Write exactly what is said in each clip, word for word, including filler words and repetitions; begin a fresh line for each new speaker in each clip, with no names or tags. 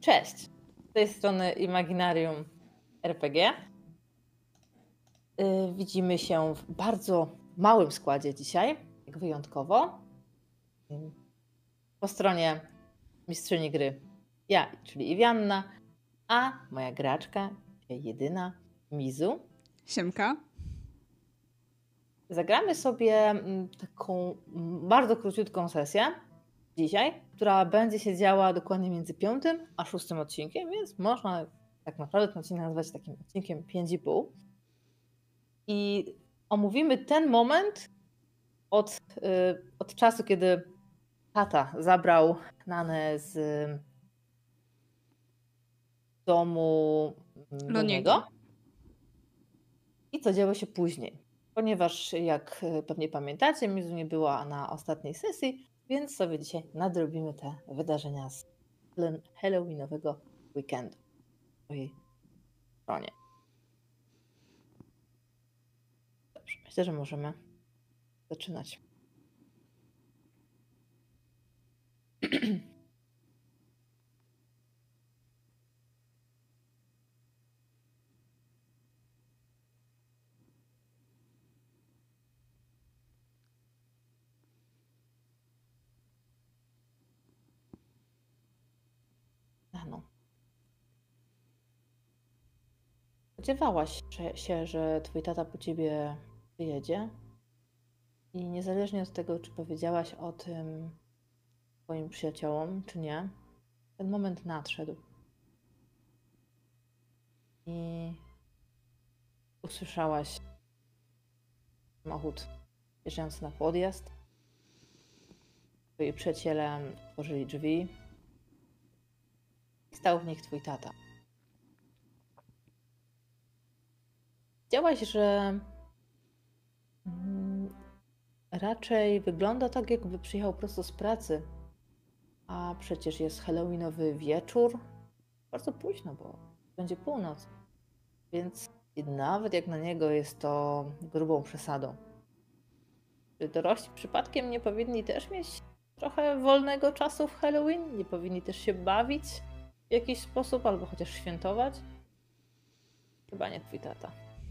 Cześć, z tej strony Imaginarium R P G. Yy, widzimy się w bardzo małym składzie dzisiaj, jak wyjątkowo. Yy, Po stronie mistrzyni gry ja, czyli Iwianna, a moja graczka, jedyna, Mizu.
Siemka.
Zagramy sobie mm, taką mm, bardzo króciutką sesję dzisiaj, która będzie się działa dokładnie między piątym a szóstym odcinkiem, więc można tak naprawdę ten odcinek nazwać takim odcinkiem pięć i pół. I omówimy ten moment od, y, od czasu, kiedy tata zabrał Nanę z domu mm,
Loniego.
Loniego i co działo się później. Ponieważ, jak y, pewnie pamiętacie, Mizu nie była na ostatniej sesji, więc sobie dzisiaj nadrobimy te wydarzenia z Halloween- Halloweenowego weekendu w swojej stronie. Dobrze, myślę, że możemy zaczynać. No. Spodziewałaś że- się, że twój tata po ciebie przyjedzie i niezależnie od tego, czy powiedziałaś o tym swoim przyjaciołom, czy nie, ten moment nadszedł. I usłyszałaś samochód wjeżdżający na podjazd. Twoi przyjaciele otworzyli drzwi i stał w nich twój tata. Wiedziałaś, że mm, raczej wygląda tak, jakby przyjechał prosto z pracy, a przecież jest halloweenowy wieczór. Bardzo późno, bo będzie północ, więc nawet jak na niego jest to grubą przesadą. Czy dorośli przypadkiem nie powinni też mieć trochę wolnego czasu w Halloween? Nie powinni też się bawić w jakiś sposób albo chociaż świętować? Chyba nie twój tata.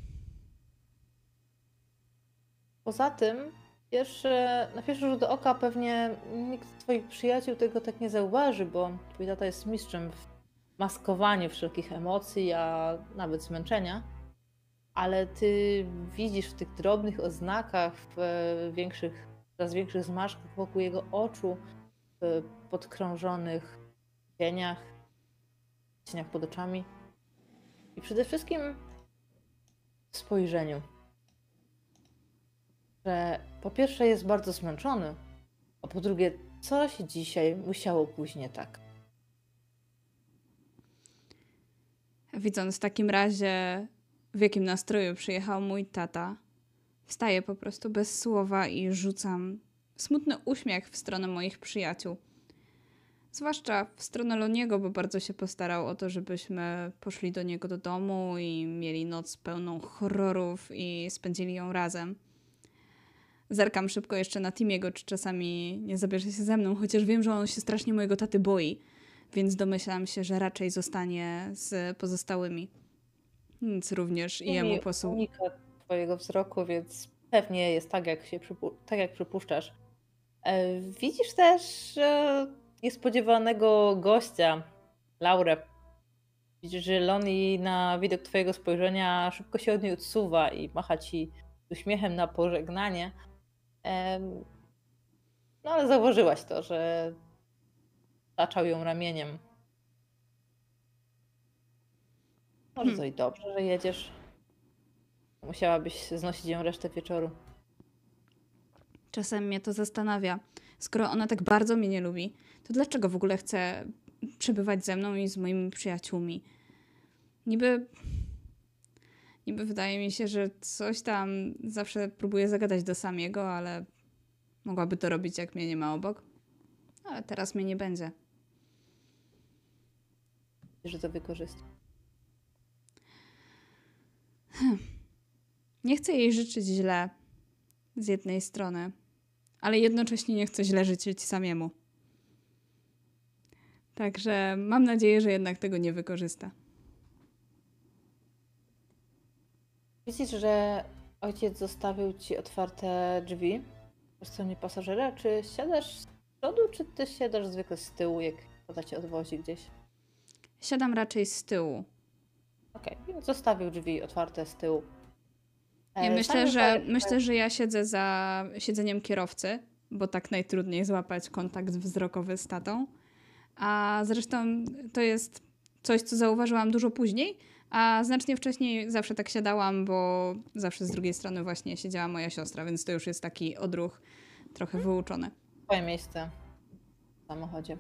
Poza tym, pierwszy, na pierwszy rzut oka pewnie nikt z twoich przyjaciół tego tak nie zauważy, bo twój tata jest mistrzem w maskowaniu wszelkich emocji, a nawet zmęczenia. Ale ty widzisz w tych drobnych oznakach, w e, większych, coraz większych zmarszczkach wokół jego oczu, w podkrążonych cieniach, cieniach pod oczami i przede wszystkim w spojrzeniu, że po pierwsze jest bardzo zmęczony, a po drugie coś dzisiaj musiało pójść nie tak.
Widząc w takim razie, w jakim nastroju przyjechał mój tata, wstaję po prostu bez słowa i rzucam smutny uśmiech w stronę moich przyjaciół. Zwłaszcza w stronę Loniego, bo bardzo się postarał o to, żebyśmy poszli do niego do domu i mieli noc pełną horrorów i spędzili ją razem. Zerkam szybko jeszcze na Timiego, czy czasami nie zabierze się ze mną, chociaż wiem, że on się strasznie mojego taty boi, więc domyślam się, że raczej zostanie z pozostałymi. Nic również i jemu posłuch.
Unika twojego wzroku, więc pewnie jest tak, jak się przypu- tak jak przypuszczasz. E, widzisz też e, niespodziewanego gościa, Laurę. Widzisz, że Loni na widok twojego spojrzenia szybko się od niej odsuwa i macha ci uśmiechem na pożegnanie. Em, no ale zauważyłaś to, że taczał ją ramieniem. Może
Hmm.
to i dobrze, że jedziesz. Musiałabyś znosić ją resztę wieczoru.
Czasem mnie to zastanawia. Skoro ona tak bardzo mnie nie lubi, to dlaczego w ogóle chce przebywać ze mną i z moimi przyjaciółmi? Niby... Niby wydaje mi się, że coś tam zawsze próbuje zagadać do Samiego, ale mogłaby to robić, jak mnie nie ma obok. Ale teraz mnie nie będzie.
Że to wykorzysta.
Nie chcę jej życzyć źle z jednej strony, ale jednocześnie nie chcę źle życzyć Samiemu. Także mam nadzieję, że jednak tego nie wykorzysta.
Widzisz, że ojciec zostawił ci otwarte drzwi po stronie pasażera? Czy siadasz z przodu, czy ty siadasz zwykle z tyłu, jak tata cię odwozi gdzieś?
Siadam raczej z tyłu.
Okej, więc zostawił drzwi otwarte z tyłu.
Ja
E,
myślę,
Zanim
że
powie-
myślę, że ja siedzę za siedzeniem kierowcy, bo tak najtrudniej złapać kontakt wzrokowy z tatą. A zresztą to jest coś, co zauważyłam dużo później, a znacznie wcześniej zawsze tak siadałam, bo zawsze z drugiej strony właśnie siedziała moja siostra, więc to już jest taki odruch trochę wyuczony.
Twoje miejsce w samochodzie.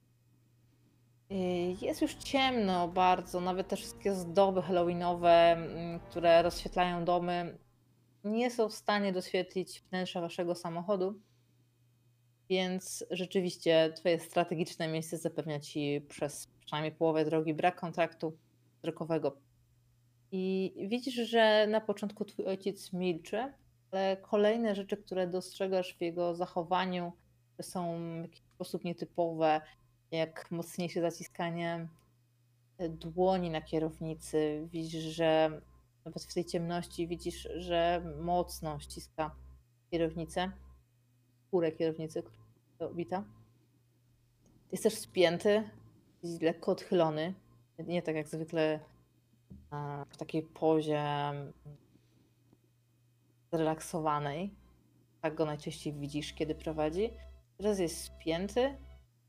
I Jest już ciemno bardzo, nawet te wszystkie zdoby halloweenowe, mm, które rozświetlają domy, nie są w stanie doświetlić wnętrza waszego samochodu, więc rzeczywiście twoje strategiczne miejsce zapewnia ci przez przynajmniej połowę drogi brak kontaktu wzrokowego. I widzisz, że na początku twój ojciec milczy, ale kolejne rzeczy, które dostrzegasz w jego zachowaniu, są w jakiś sposób nietypowe, jak mocniejsze zaciskanie e, dłoni na kierownicy. Widzisz, że nawet w tej ciemności widzisz, że mocno ściska kierownicę, skórę kierownicy, która jest obita. Jest też spięty, jest lekko odchylony, nie tak jak zwykle a, w takiej pozie mm, zrelaksowanej. Tak go najczęściej widzisz, kiedy prowadzi. Teraz jest spięty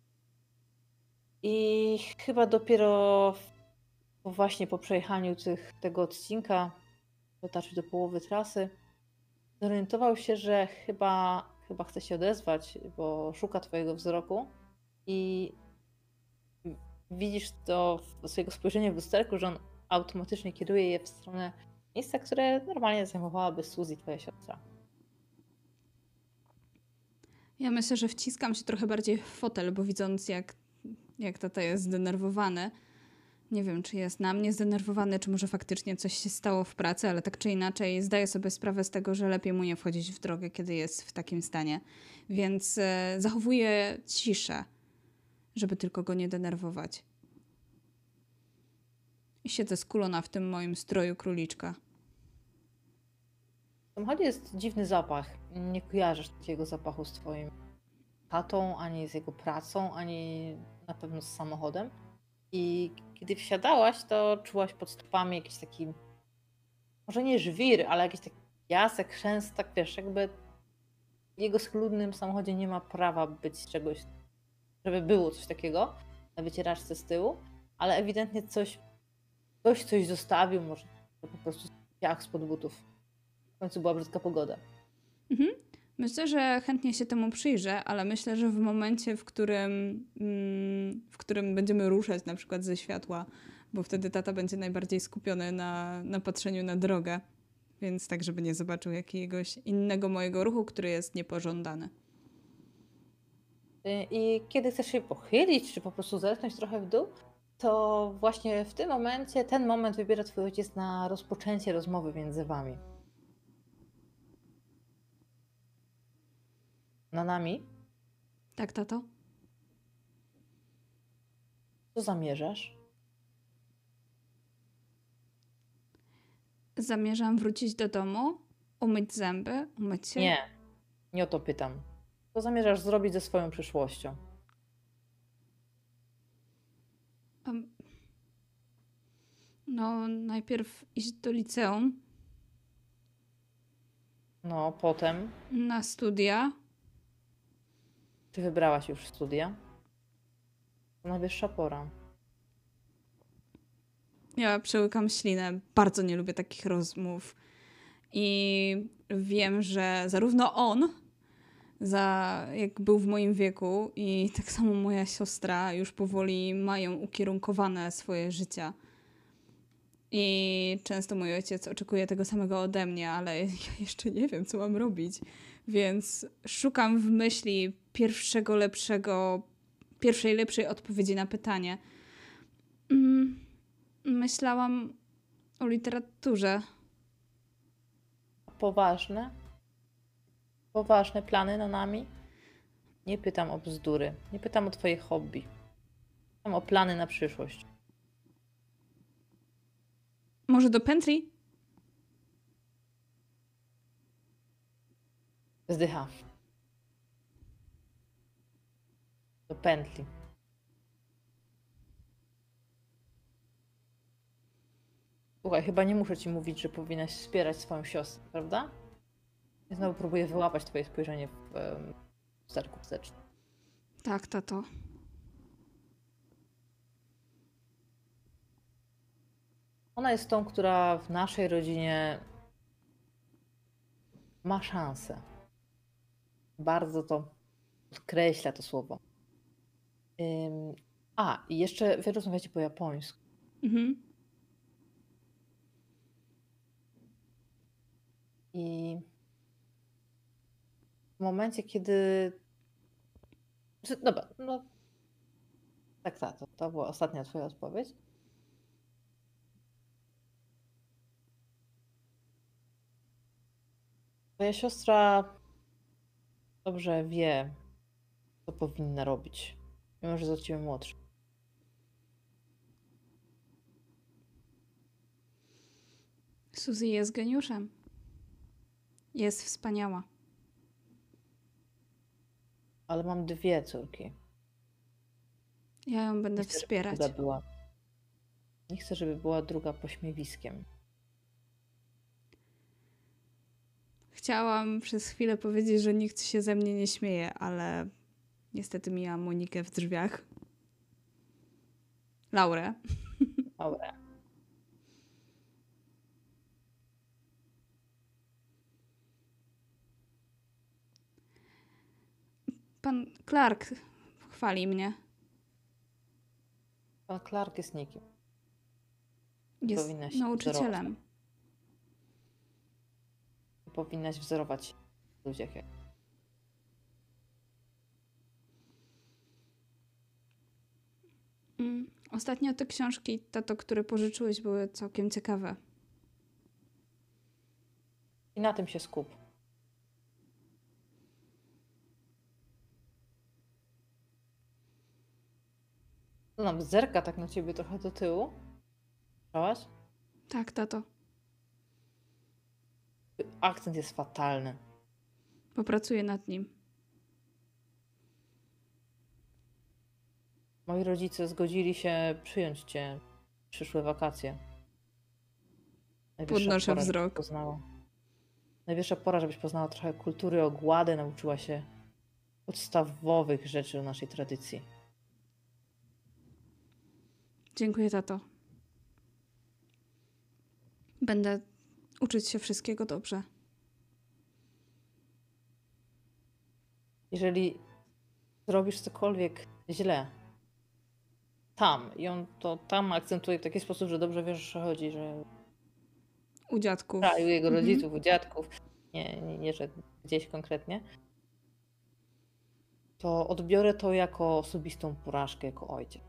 i chyba dopiero w- właśnie po przejechaniu tych, tego odcinka, dotarciu do połowy trasy, zorientował się, że chyba, chyba chce się odezwać, bo szuka twojego wzroku i widzisz to w swojego spojrzenia w lusterku, że on automatycznie kieruje je w stronę miejsca, które normalnie zajmowałaby Suzy, twoja siostra.
Ja myślę, że wciskam się trochę bardziej w fotel, bo widząc jak, jak tata jest zdenerwowany, nie wiem, czy jest na mnie zdenerwowany, czy może faktycznie coś się stało w pracy, ale tak czy inaczej zdaję sobie sprawę z tego, że lepiej mu nie wchodzić w drogę, kiedy jest w takim stanie. Więc e, zachowuję ciszę, żeby tylko go nie denerwować. I siedzę skulona w tym moim stroju króliczka.
W samochodzie jest dziwny zapach. Nie kojarzysz takiego zapachu z twoim tatą, ani z jego pracą, ani na pewno z samochodem. I kiedy wsiadałaś, to czułaś pod stopami jakiś taki, może nie żwir, ale jakiś taki piasek, chrzęst, tak wiesz, jakby w jego schludnym samochodzie nie ma prawa być czegoś, żeby było coś takiego na wycieraczce z tyłu, ale ewidentnie coś, ktoś coś zostawił, może to po prostu piach spod butów. W końcu była brzydka pogoda.
Mhm. Myślę, że chętnie się temu przyjrzę, ale myślę, że w momencie, w którym, mm, w którym będziemy ruszać na przykład ze światła, bo wtedy tata będzie najbardziej skupiony na, na patrzeniu na drogę, więc tak, żeby nie zobaczył jakiegoś innego mojego ruchu, który jest niepożądany.
Y, I kiedy chcesz się pochylić, czy po prostu zerknąć trochę w dół, to właśnie w tym momencie, ten moment wybiera twój ojciec na rozpoczęcie rozmowy między wami. Na nami?
Tak, tato?
Co zamierzasz?
Zamierzam wrócić do domu, umyć zęby, umyć się.
Nie, nie o to pytam. Co zamierzasz zrobić ze swoją przyszłością?
Em, No, najpierw iść do liceum,
No, potem,
na studia.
czy wybrałaś już studia? To najwyższa pora.
Ja przełykam ślinę. Bardzo nie lubię takich rozmów. I wiem, że zarówno on, za, jak był w moim wieku, i tak samo moja siostra już powoli mają ukierunkowane swoje życia. I często mój ojciec oczekuje tego samego ode mnie, ale ja jeszcze nie wiem, co mam robić. Więc szukam w myśli pierwszego lepszego, pierwszej lepszej odpowiedzi na pytanie. Mm, myślałam o literaturze.
Poważne? Poważne plany na nami? Nie pytam o bzdury. Nie pytam o twoje hobby. Mam o plany na przyszłość.
Może do pętli?
Zdycha. Do pętli. Słuchaj, chyba nie muszę ci mówić, że powinnaś wspierać swoją siostrę, prawda? Ja znowu próbuję wyłapać twoje spojrzenie w um, lusterku wstecznym.
Tak, tato.
Ona jest tą, która w naszej rodzinie ma szansę. Bardzo to podkreśla to słowo. Ym, a, i jeszcze wy rozmawiacie po japońsku.
Mhm.
I w momencie, kiedy... Czy- Dobra, no... Tak, tak, to, to była ostatnia twoja odpowiedź. Twoja siostra dobrze wie, co powinna robić, mimo że jest od ciebie młodsza.
Suzy jest geniuszem. Jest wspaniała.
Ale mam dwie córki.
Ja ją będę
Nie chcę, żeby
wspierać.
druga była... Nie chcę, żeby była druga pośmiewiskiem.
Chciałam przez chwilę powiedzieć, że nikt się ze mnie nie śmieje, ale niestety mijałam Monikę w drzwiach. Laurę.
Dobra.
Pan Clark chwali mnie.
Pan Clark jest nikim.
Jest
Powinnaś się
nauczycielem.
Powinnaś wzorować się w ludziach. jak-
Mm. Ostatnio te książki, tato, które pożyczyłeś, były całkiem ciekawe.
I na tym się skup. No, nam zerka tak na ciebie trochę do tyłu. Słyszałaś?
Tak, tato.
Akcent jest fatalny.
Popracuję nad nim.
Moi rodzice zgodzili się przyjąć cię w przyszłe wakacje. Najwyższa
Podnoszę
pora, żebyś
wzrok.
Poznała. Najwyższa pora, żebyś poznała trochę kultury ogłady, nauczyła się podstawowych rzeczy o naszej tradycji.
Dziękuję, tato. Będę uczyć się wszystkiego dobrze.
Jeżeli zrobisz cokolwiek źle tam i on to tam akcentuje w taki sposób, że dobrze wiesz, o co chodzi, że
U dziadków.
kraju jego
Mhm.
rodziców, u dziadków, nie, nie, nie, że gdzieś konkretnie, to odbiorę to jako osobistą porażkę, jako ojciec.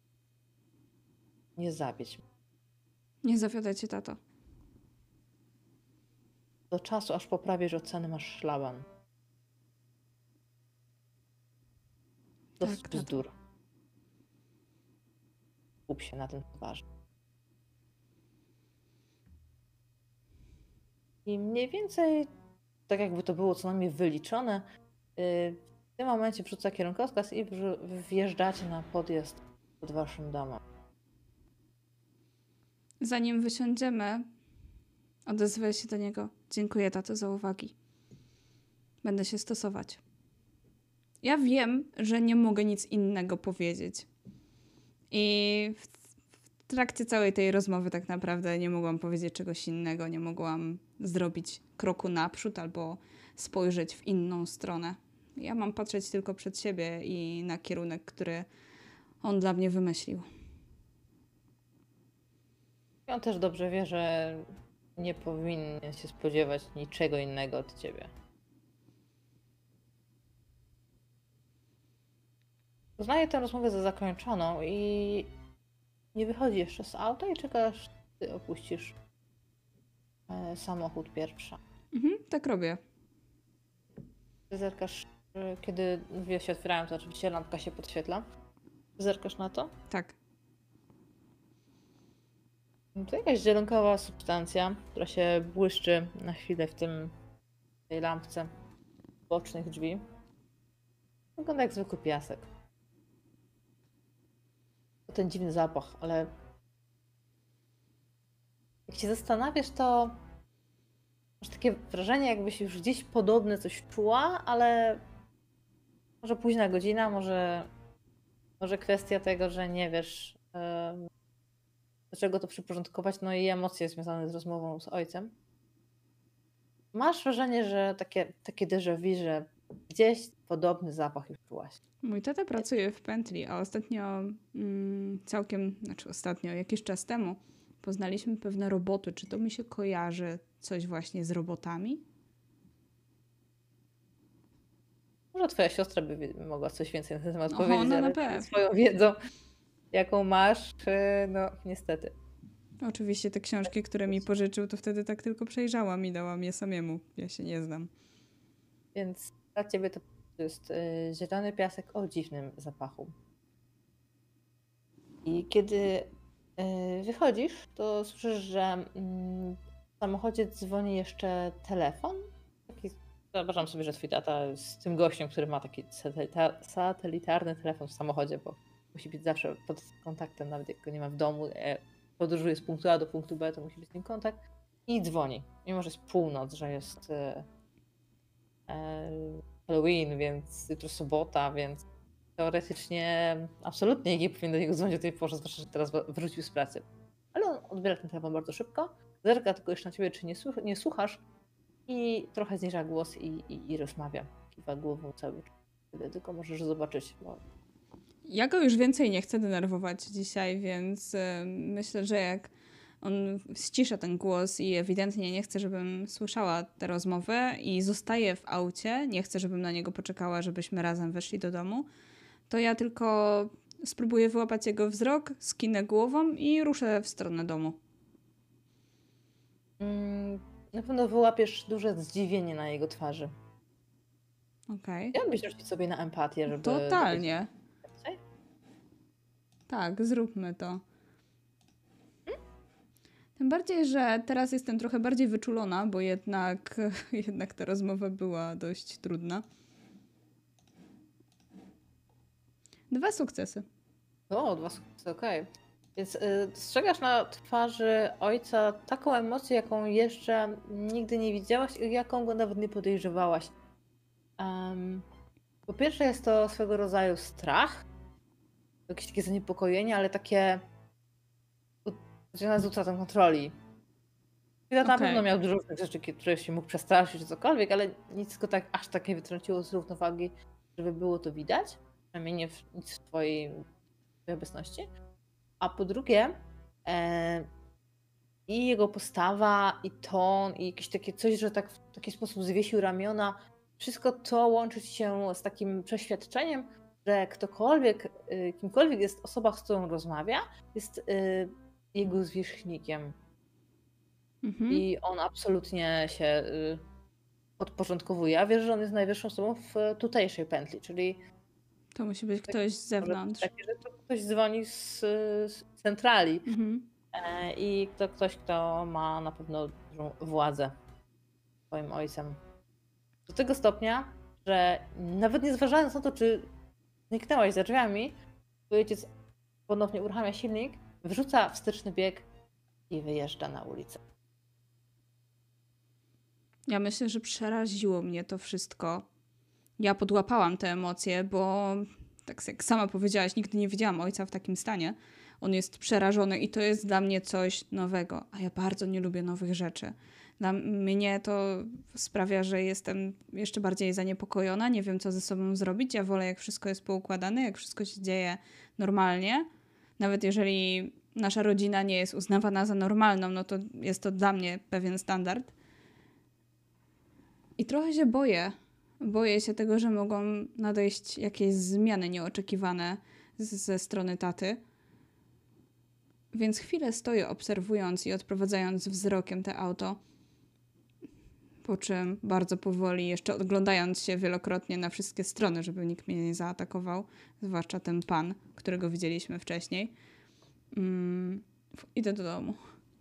Nie zawiedź mnie.
Nie zawiodę cię, tato.
Do czasu, aż poprawisz oceny, masz szlaban. Dosyć
Tak, tato.
bzdur. Skup się na tym, co ważne. I mniej więcej, tak jakby to było co najmniej wyliczone, yy, w tym momencie wrzuca kierunkowskaz i wrzu- wjeżdżacie na podjazd pod waszym domem.
Zanim wysiądziemy, odezwę się do niego. Dziękuję, tato, za uwagi. Będę się stosować. Ja wiem, że nie mogę nic innego powiedzieć. I w, w trakcie całej tej rozmowy tak naprawdę nie mogłam powiedzieć czegoś innego. Nie mogłam zrobić kroku naprzód albo spojrzeć w inną stronę. Ja mam patrzeć tylko przed siebie i na kierunek, który on dla mnie wymyślił.
I on też dobrze wie, że nie powinien się spodziewać niczego innego od ciebie. Uznaję tę rozmowę za zakończoną i nie wychodzi jeszcze z auta i czekasz, ty opuścisz e, samochód pierwsza.
Mhm, tak robię.
Ty zerkasz, e, kiedy drzwi się otwierają, to oczywiście lampka się podświetla. Zerkasz na to?
Tak.
To jakaś zielonkowa substancja, która się błyszczy na chwilę w tym tej lampce bocznych drzwi. Wygląda jak zwykły piasek. To ten dziwny zapach, ale jak się zastanawiasz, to masz takie wrażenie, jakbyś już gdzieś podobne coś czuła, ale może późna godzina, może, może kwestia tego, że nie wiesz, em, do czego to przyporządkować, no i emocje związane z rozmową z ojcem. Masz wrażenie, że takie, takie déjà vu, że gdzieś podobny zapach już czułaś.
Mój tata pracuje w pętli, a ostatnio mm, całkiem, znaczy ostatnio, jakiś czas temu poznaliśmy pewne roboty. Czy to mi się kojarzy coś właśnie z robotami?
Może twoja siostra by wie- mogła coś więcej na ten temat
Oho,
powiedzieć,
no na
ale
pewno.
swoją wiedzą, jaką masz, y, no niestety.
Oczywiście te książki, które mi pożyczył, to wtedy tak tylko przejrzałam i dałam je samemu. Ja się nie znam.
Więc dla ciebie to jest y, zielony piasek o dziwnym zapachu. I kiedy y, wychodzisz, to słyszysz, że mm, w samochodzie dzwoni jeszcze telefon. Taki, wyobrażam sobie, że twój tata jest tym gościem, który ma taki satelita- satelitarny telefon w samochodzie, bo musi być zawsze pod kontaktem, nawet jak go nie ma w domu. e, Podróżuje z punktu A do punktu B, to musi być z nim kontakt. I dzwoni. Mimo, że jest północ, że jest e, e, Halloween, więc jutro sobota, więc teoretycznie absolutnie nie powinien do niego dzwonić o tej porze, zwłaszcza, że teraz wrócił z pracy. Ale on odbiera ten telefon bardzo szybko, zerka tylko jeszcze na ciebie, czy nie, słuch- nie słuchasz i trochę zniża głos i, i, i rozmawia. Kiwa głową cały czas. Tyle tylko możesz zobaczyć. Bo...
Ja go już więcej nie chcę denerwować dzisiaj, więc y, myślę, że jak on ścisza ten głos i ewidentnie nie chce, żebym słyszała tę rozmowę i zostaje w aucie, nie chce, żebym na niego poczekała, żebyśmy razem weszli do domu, to ja tylko spróbuję wyłapać jego wzrok, skinę głową i ruszę w stronę domu.
Mm, na pewno wyłapiesz duże zdziwienie na jego twarzy.
Okej.
Chciałbyś rzucić sobie na empatię, żeby...
Totalnie.
dowiedzieć się?
Tak, zróbmy to. Tym bardziej, że teraz jestem trochę bardziej wyczulona, bo jednak, jednak ta rozmowa była dość trudna. Dwa sukcesy.
O, dwa sukcesy, okej. Więc y, dostrzegasz na twarzy ojca taką emocję, jaką jeszcze nigdy nie widziałaś i jaką go nawet nie podejrzewałaś. Em, po pierwsze jest to swego rodzaju strach, jakieś takie zaniepokojenie, ale takie u- związane z utratą kontroli. Ja na
Okej.
pewno miał dużo różnych rzeczy, które się mógł przestraszyć czy cokolwiek, ale nic go tak aż tak nie wytrąciło z równowagi, żeby było to widać. Przynajmniej nie w, nic w twojej, twojej obecności. A po drugie, e, i jego postawa, i ton, i jakieś takie coś, że tak w taki sposób zwiesił ramiona, wszystko to łączy się z takim przeświadczeniem, że ktokolwiek, y, kimkolwiek jest osoba, z którą rozmawia, jest y, jego zwierzchnikiem.
Mhm.
I on absolutnie się y, podporządkowuje. A wiesz, że on jest najwyższą osobą w tutejszej pętli, czyli
To musi być ktoś z
może
zewnątrz.
takie, że to ktoś dzwoni z, z centrali.
Mhm.
E, I to ktoś, kto ma na pewno dużą władzę swoim ojcem. Do tego stopnia, że nawet nie zważając na to, czy zniknęłaś za drzwiami, twój ojciec ponownie uruchamia silnik, wrzuca wsteczny bieg i wyjeżdża na ulicę.
Ja myślę, że przeraziło mnie to wszystko. Ja podłapałam te emocje, bo tak jak sama powiedziałaś, nigdy nie widziałam ojca w takim stanie. On jest przerażony i to jest dla mnie coś nowego, a ja bardzo nie lubię nowych rzeczy. Dla mnie to sprawia, że jestem jeszcze bardziej zaniepokojona, nie wiem co ze sobą zrobić. Ja wolę jak wszystko jest poukładane, jak wszystko się dzieje normalnie. Nawet jeżeli nasza rodzina nie jest uznawana za normalną, no to jest to dla mnie pewien standard. I trochę się boję. Boję się tego, że mogą nadejść jakieś zmiany nieoczekiwane z, ze strony taty. Więc chwilę stoję obserwując i odprowadzając wzrokiem te auto. Po czym bardzo powoli, jeszcze odglądając się wielokrotnie na wszystkie strony, żeby nikt mnie nie zaatakował, zwłaszcza ten pan, którego widzieliśmy wcześniej, mm, idę do domu.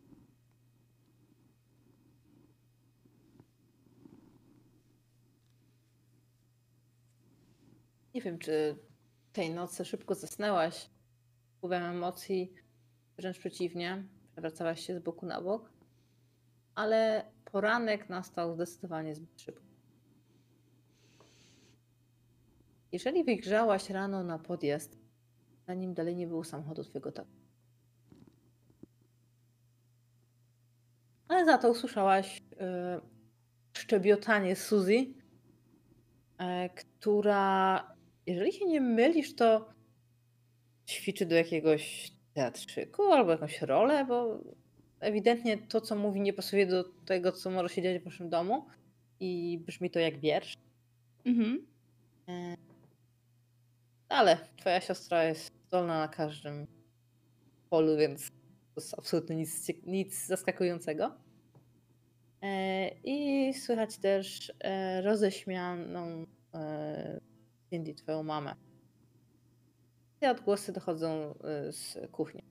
Nie wiem, czy tej nocy szybko zasnęłaś wpływem emocji, wręcz przeciwnie, przewracałaś się z boku na bok, ale poranek nastał zdecydowanie zbyt szybko. Jeżeli wygrzałaś rano na podjazd, zanim dalej nie było samochodu twojego taty, ale za to usłyszałaś e, szczebiotanie Suzy, e, która, jeżeli się nie mylisz, to ćwiczy do jakiegoś teatrzyku albo jakąś rolę, bo ewidentnie to, co mówi, nie pasuje do tego, co może się dziać w waszym domu i brzmi to jak wiersz.
Mhm.
E, Ale twoja siostra jest zdolna na każdym polu, więc to jest absolutnie nic, cie- nic zaskakującego. E, I słychać też e, roześmianą e, Cindy, twoją mamę. Te odgłosy dochodzą e, z kuchni.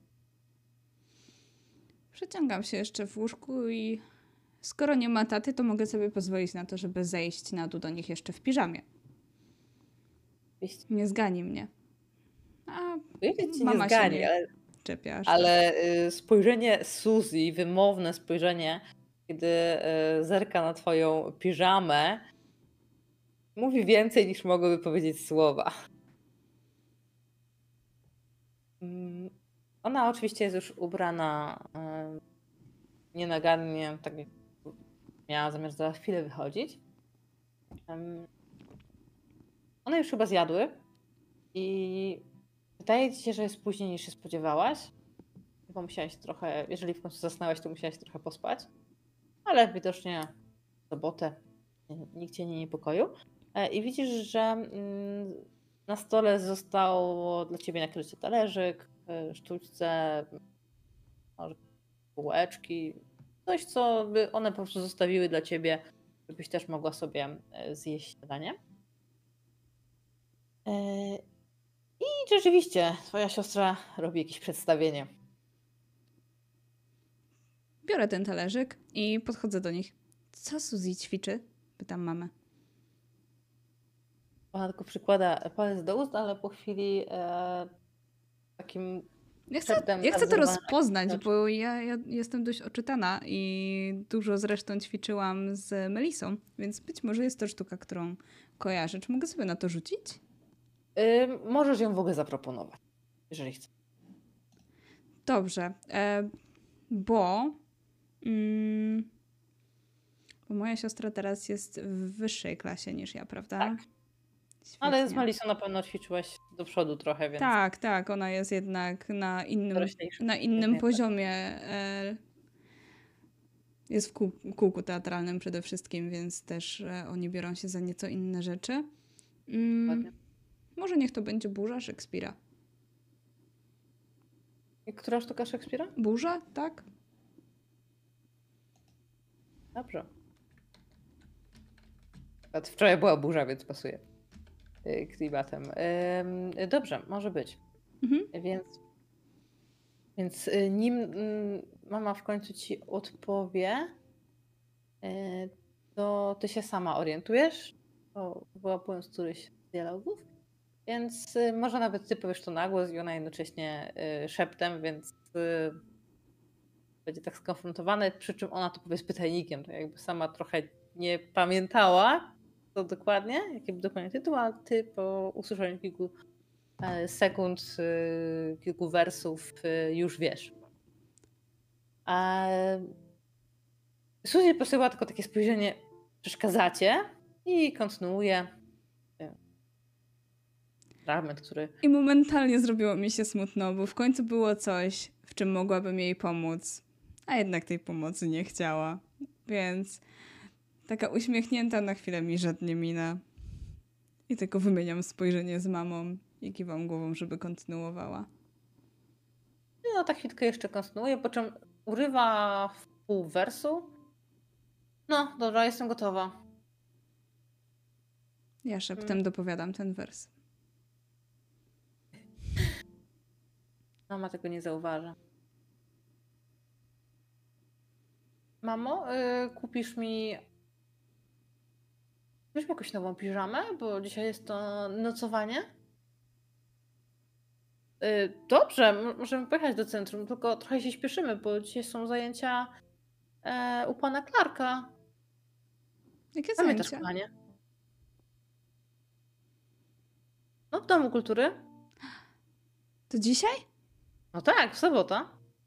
Przeciągam się jeszcze w łóżku i skoro nie ma taty, to mogę sobie pozwolić na to, żeby zejść na dół do nich jeszcze w piżamie.
Oczywiście.
Nie zgani mnie. A
Powiedzieć ci nie
mama się
zgani,
nie
ale,
czepia aż tak.
ale y, spojrzenie Suzy, wymowne spojrzenie, kiedy y, zerka na twoją piżamę, mówi więcej niż mogłyby powiedzieć słowa. Mm, Ona oczywiście jest już ubrana y, nienagannie, tak jak miała zamiar za chwilę wychodzić. Em, One już chyba zjadły i wydaje ci się, że jest później niż się spodziewałaś, bo musiałaś trochę, jeżeli w końcu zasnęłaś, to musiałaś trochę pospać, ale widocznie w sobotę nikt cię nie niepokoił. E, I widzisz, że mm, na stole zostało dla ciebie nakrycie talerzyk, e, sztućce, może bułeczki, coś, co by one po prostu zostawiły dla ciebie, żebyś też mogła sobie e, zjeść śniadanie. E, I rzeczywiście twoja siostra robi jakieś przedstawienie.
Biorę ten talerzyk i podchodzę do nich. Co Suzy ćwiczy? Pytam mamę.
Ona tylko przykłada palec do ust, ale po chwili e, takim
Ja chcę,
szeptem
ja chcę to
zerwana-
rozpoznać,
znaczy-
bo ja, ja jestem dość oczytana i dużo zresztą ćwiczyłam z Melisą, więc być może jest to sztuka, którą kojarzę. Czy mogę sobie na to rzucić?
Y, możesz ją w ogóle zaproponować, jeżeli chcesz.
Dobrze, e, bo, mm, bo moja siostra teraz jest w wyższej klasie niż ja, prawda?
Tak. Ale z
Świetnie.
Melisą na pewno ćwiczyłaś do przodu trochę, więc
Tak, tak, ona jest jednak na innym,
doroślejsza.
na innym
Jednak.
poziomie. E, jest w kół, kółku teatralnym przede wszystkim, więc też e, oni biorą się za nieco inne rzeczy. Mm,
Ładnie.
może niech to będzie Burza Szekspira.
I która sztuka Szekspira?
Burza, tak?
Dobrze. Akurat wczoraj była burza, więc pasuje y, klimatem. Ym, Dobrze, może być.
Mhm.
Więc, więc y, nim mm, mama w końcu ci odpowie, y, to ty się sama orientujesz, bo wyłapując któryś z dialogów. Więc y, może nawet ty powiesz to na głos i ona jednocześnie y, szeptem, więc y, będzie tak skonfrontowane, przy czym ona to powie z pytajnikiem, to jakby sama trochę nie pamiętała to dokładnie, jaki był dokładnie tytuł, a ty po usłyszeniu kilku e, sekund, y, kilku wersów y, już wiesz. A Suzy posyła tylko takie spojrzenie, przeszkadzacie i kontynuuje y, fragment, który
I momentalnie zrobiło mi się smutno, bo w końcu było coś, w czym mogłabym jej pomóc, a jednak tej pomocy nie chciała. Więc taka uśmiechnięta na chwilę mi żadnie mina. I tylko wymieniam spojrzenie z mamą i kiwam głową, żeby kontynuowała.
no tak chwilkę jeszcze kontynuuje, po czym urywa w pół wersu No, dobra, jestem gotowa.
Ja
Mm,
szeptem dopowiadam ten wers.
Mama tego nie zauważy. Mamo, y, kupisz mi kupisz mi jakąś nową piżamę, bo dzisiaj jest to nocowanie? Y, dobrze, m możemy pojechać do centrum, tylko trochę się śpieszymy, bo dzisiaj są zajęcia, e, u pana Clarka.
Jakie
Pamiętasz,
zajęcia?
kochanie? No, w Domu Kultury.
To dzisiaj?
No tak, w sobota.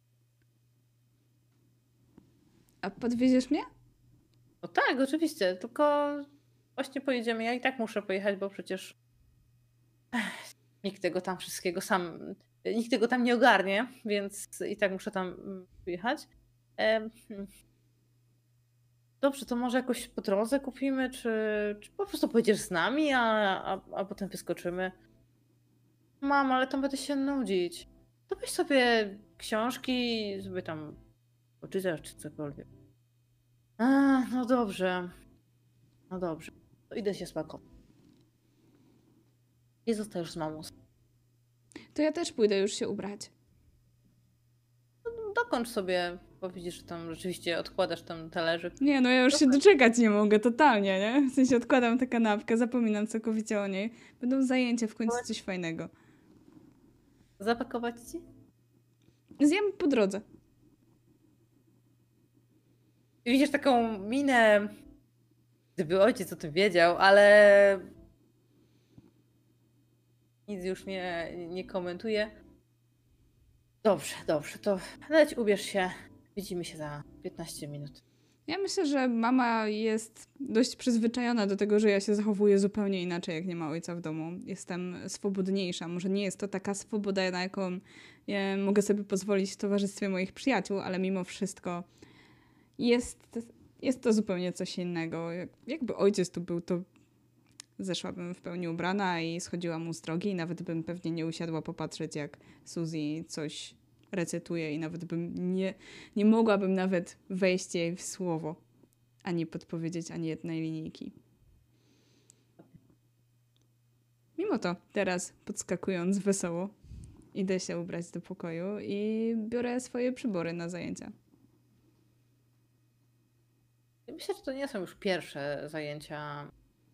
A podwieziesz mnie?
No tak, oczywiście, tylko właśnie pojedziemy. Ja i tak muszę pojechać, bo przecież nikt tego tam wszystkiego sam nikt tego tam nie ogarnie, więc i tak muszę tam, mm, pojechać. Em, hmm. Dobrze, to może jakoś po drodze kupimy, czy czy po prostu pojedziesz z nami, a a a potem wyskoczymy? Mamo, ale tam będę się nudzić. To weź sobie książki, sobie tam poczytasz czy cokolwiek. A, no dobrze. No dobrze. To idę się spakować. I zostajesz z mamą.
To ja też pójdę już się ubrać.
Dokończ sobie, bo widzisz, że tam rzeczywiście odkładasz tam talerzyk.
Nie, no ja już się doczekać nie mogę, totalnie, nie? W sensie odkładam tę kanapkę, zapominam całkowicie o niej. Będą zajęcia, w końcu coś fajnego.
Zapakować ci?
Zjem po drodze.
I widzisz taką minę, gdyby ojciec o tym wiedział, ale nic już nie, nie komentuje. Dobrze, dobrze, to leć, ubierz się. Widzimy się za piętnaście minut.
Ja myślę, że mama jest dość przyzwyczajona do tego, że ja się zachowuję zupełnie inaczej, jak nie ma ojca w domu. Jestem swobodniejsza. Może nie jest to taka swoboda, na jaką ja mogę sobie pozwolić w towarzystwie moich przyjaciół, ale mimo wszystko jest, jest to zupełnie coś innego. Jak, jakby ojciec tu był, to zeszłabym w pełni ubrana i schodziła mu z drogi i nawet bym pewnie nie usiadła popatrzeć, jak Suzy coś recytuje i nawet bym nie, nie mogłabym nawet wejść jej w słowo, ani podpowiedzieć ani jednej linijki. Mimo to teraz podskakując wesoło idę się ubrać do pokoju i biorę swoje przybory na zajęcia.
Myślę, że to nie są już pierwsze zajęcia.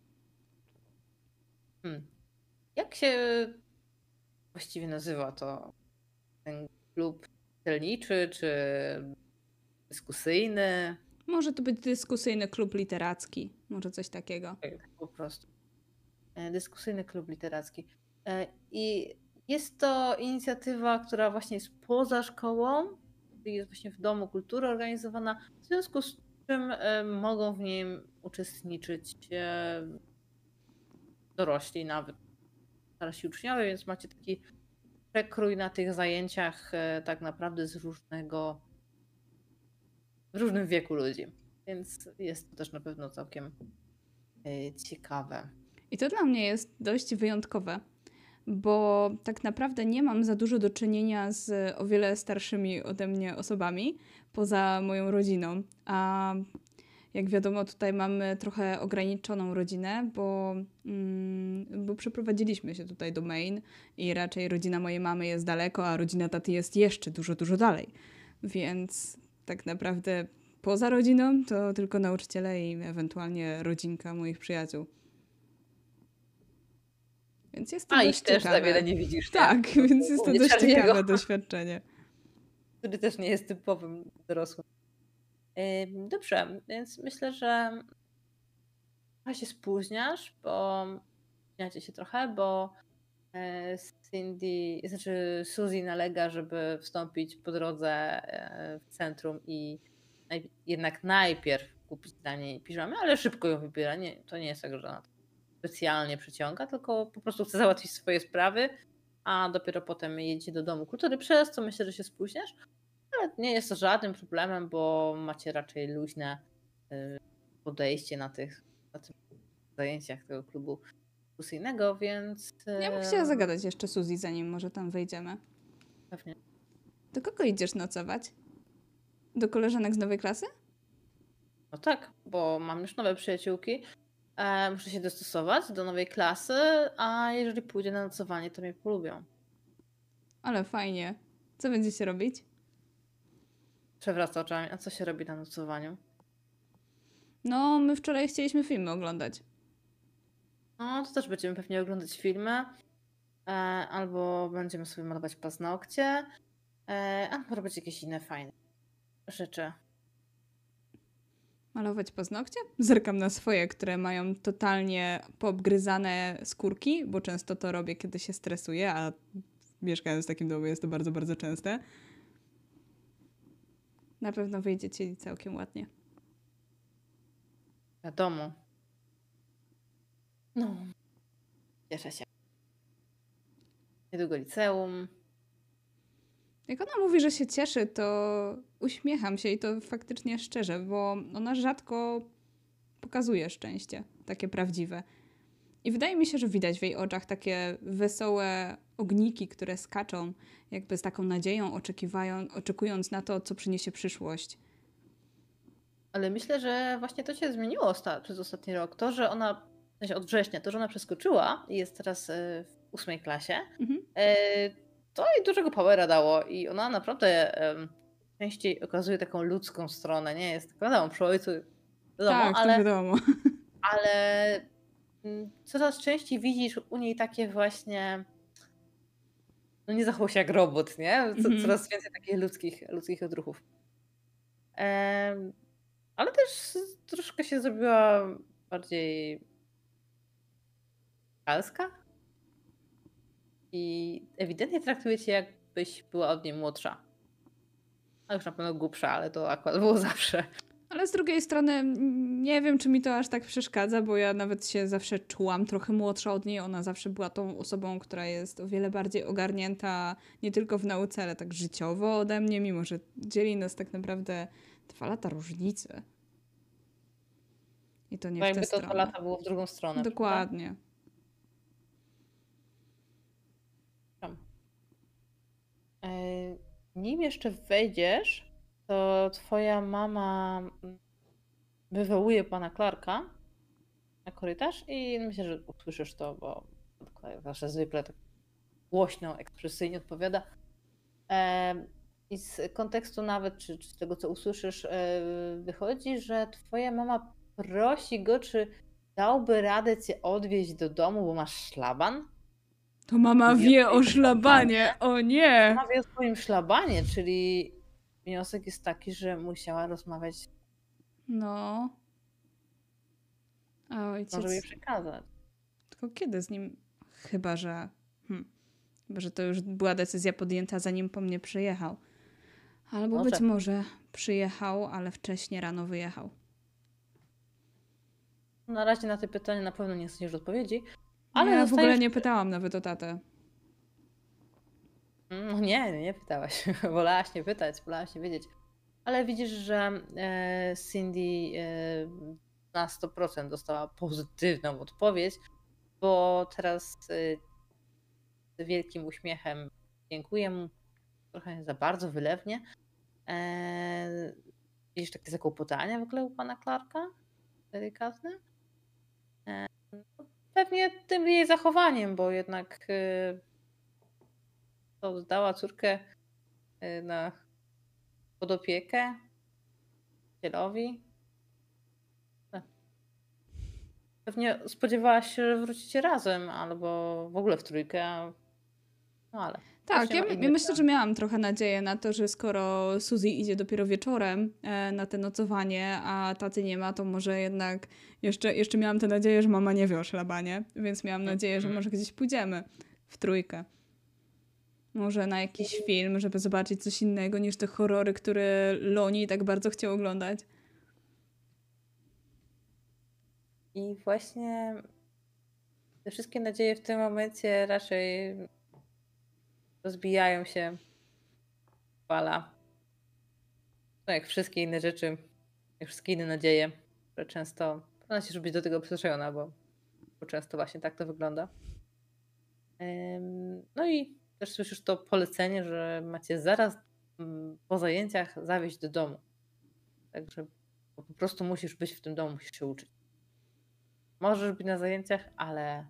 Hmm. Jak się właściwie nazywa to ten klub czytelniczy, czy dyskusyjny?
Może to być dyskusyjny klub literacki, może coś takiego.
Tak, po prostu. E, Dyskusyjny klub literacki. E, I jest to inicjatywa, która właśnie jest poza szkołą, czyli jest właśnie w Domu Kultury organizowana, w związku z czym e, mogą w nim uczestniczyć e, dorośli, nawet starsi uczniowie, więc macie taki przekrój na tych zajęciach e, tak naprawdę z różnego, w różnym wieku ludzi. Więc jest to też na pewno całkiem e, ciekawe.
I to dla mnie jest dość wyjątkowe, bo tak naprawdę nie mam za dużo do czynienia z o wiele starszymi ode mnie osobami, poza moją rodziną. A jak wiadomo, tutaj mamy trochę ograniczoną rodzinę, bo, mm, bo przeprowadziliśmy się tutaj do Maine i raczej rodzina mojej mamy jest daleko, a rodzina taty jest jeszcze dużo, dużo dalej. Więc tak naprawdę poza rodziną to tylko nauczyciele i ewentualnie rodzinka moich przyjaciół. Więc jest to
A
dość
ich też za
ciekawe.
wiele nie widzisz, nie?
Tak, więc jest to
Głównie
dość
Charlie'ego,
ciekawe doświadczenie.
który też nie jest typowym dorosłym. Ym, Dobrze, więc myślę, że trochę się spóźniasz, bo spóźniacie się trochę, bo e, Cindy, znaczy Suzy nalega, żeby wstąpić po drodze e, w centrum i naj, jednak najpierw kupić dla niej piżamę, ale szybko ją wybiera. Nie, to nie jest tak, że ona specjalnie przyciąga, tylko po prostu chce załatwić swoje sprawy, a dopiero potem jedzie do Domu Kultury, przez co myślę, że się spóźniasz. Ale nie jest to żadnym problemem, bo macie raczej luźne y, podejście na tych, na tych zajęciach tego klubu dyskusyjnego, więc
Ja bym
y,
chciała zagadać jeszcze Suzy, zanim może tam wejdziemy.
pewnie.
Do kogo idziesz nocować? Do koleżanek z nowej klasy?
No tak, bo mam już nowe przyjaciółki. E, muszę się dostosować do nowej klasy, a jeżeli pójdę na nocowanie, to mnie polubią.
Ale fajnie. Co będziecie robić?
Przewraca oczami. A co się robi na nocowaniu?
No, my wczoraj chcieliśmy filmy oglądać.
No, to też będziemy pewnie oglądać filmy, e, albo będziemy sobie malować paznokcie, e, albo robić jakieś inne fajne rzeczy.
Malować paznokcie? Zerkam na swoje, które mają totalnie poobgryzane skórki, bo często to robię, kiedy się stresuję, a mieszkając w takim domu jest to bardzo, bardzo częste. Na pewno wyjdzie ci całkiem ładnie.
Wiadomo. No, cieszę się. Niedługo liceum.
Jak ona mówi, że się cieszy, to uśmiecham się i to faktycznie szczerze, bo ona rzadko pokazuje szczęście, takie prawdziwe. I wydaje mi się, że widać w jej oczach takie wesołe ogniki, które skaczą, jakby z taką nadzieją, oczekiwają, oczekując na to, co przyniesie przyszłość.
Ale myślę, że właśnie to się zmieniło osta- przez ostatni rok. To, że ona, w sensie od września, to, że ona przeskoczyła i jest teraz e, w ósmej klasie,
Mhm.
e, to jej dużego powera dało i ona naprawdę em, częściej okazuje taką ludzką stronę, nie jest taką, wiadomo, przy ojcu wiadomo,
Tak, to
ale,
wiadomo.
ale mm, coraz częściej widzisz u niej takie właśnie, no nie zachował się jak robot, nie? Co,
Mhm.
coraz więcej takich ludzkich, ludzkich odruchów. Em, ale też troszkę się zrobiła bardziej kalska i ewidentnie traktuje cię, jakbyś była od niej młodsza. A już na pewno głupsza, ale to akurat było zawsze.
Ale z drugiej strony mm, nie wiem, czy mi to aż tak przeszkadza, bo ja nawet się zawsze czułam trochę młodsza od niej. Ona zawsze była tą osobą, która jest o wiele bardziej ogarnięta nie tylko w nauce, ale tak życiowo ode mnie, mimo że dzieli nas tak naprawdę dwa lata różnicy. I to nie
Bo
w tę
jakby to dwa
stronę.
lata było w drugą stronę, prawda?
Dokładnie.
Tam. E, Nim jeszcze wejdziesz, to twoja mama mm, wywołuje pana Clarka na korytarz i myślę, że usłyszysz to, bo Clark zawsze zwykle tak głośno, ekspresyjnie odpowiada. Em, I z kontekstu nawet, czy, czy z tego, co usłyszysz, e, wychodzi, że twoja mama prosi go, czy dałby radę cię odwieźć do domu, bo masz szlaban.
To mama
I
wie o
twoim
szlabanie. O nie!
Mama wie o swoim szlabanie, czyli wniosek jest taki, że musiała rozmawiać z
No. A
nim, żeby jej
ojciec.
przekazać.
Tylko kiedy z nim? Chyba, że. Hmm. Chyba, że to już była decyzja podjęta, zanim po mnie przyjechał. Albo
Może.
być może przyjechał, ale wcześniej rano wyjechał.
Na razie na te pytania na pewno nie znajdziesz odpowiedzi,
Ale
ale
ja w ogóle
zostajesz...
nie pytałam nawet o tatę.
No nie, nie, nie pytałaś. Wolałaś nie pytać, wolałaś nie wiedzieć. Ale widzisz, że e, Cindy e, na sto procent dostała pozytywną odpowiedź, bo teraz e, z wielkim uśmiechem dziękuję mu, trochę za bardzo wylewnie. E, widzisz takie zakłopotanie w ogóle u pana Clarka? Delikatne? E, pewnie tym jej zachowaniem, bo jednak e, to oddała córkę e, na pod opiekę cielowi. Pewnie spodziewałaś się, że wrócicie razem, albo w ogóle w trójkę. a- No ale.
Tak,
Właśnie
ja,
ma
ja
inny
myślę,
plan.
że miałam trochę nadzieję na to, że skoro Suzy idzie dopiero wieczorem e, na te nocowanie, a taty nie ma, to może jednak jeszcze, jeszcze miałam tę nadzieję, że mama nie wie o szlabanie, więc miałam nadzieję, że
Mhm.
może gdzieś pójdziemy w trójkę. Może na jakiś film, żeby zobaczyć coś innego niż te horrory, które Loni tak bardzo chciał oglądać.
I właśnie te wszystkie nadzieje w tym momencie raczej rozbijają się. Fala. No jak wszystkie inne rzeczy, jak wszystkie inne nadzieje, które często powinna się być do tego przyzwyczajona, bo, bo często właśnie tak to wygląda. Ym, No i też słyszysz to polecenie, że macie zaraz mm, po zajęciach zawieźć do domu. Także Bo po prostu musisz być w tym domu, musisz się uczyć. Możesz być na zajęciach, ale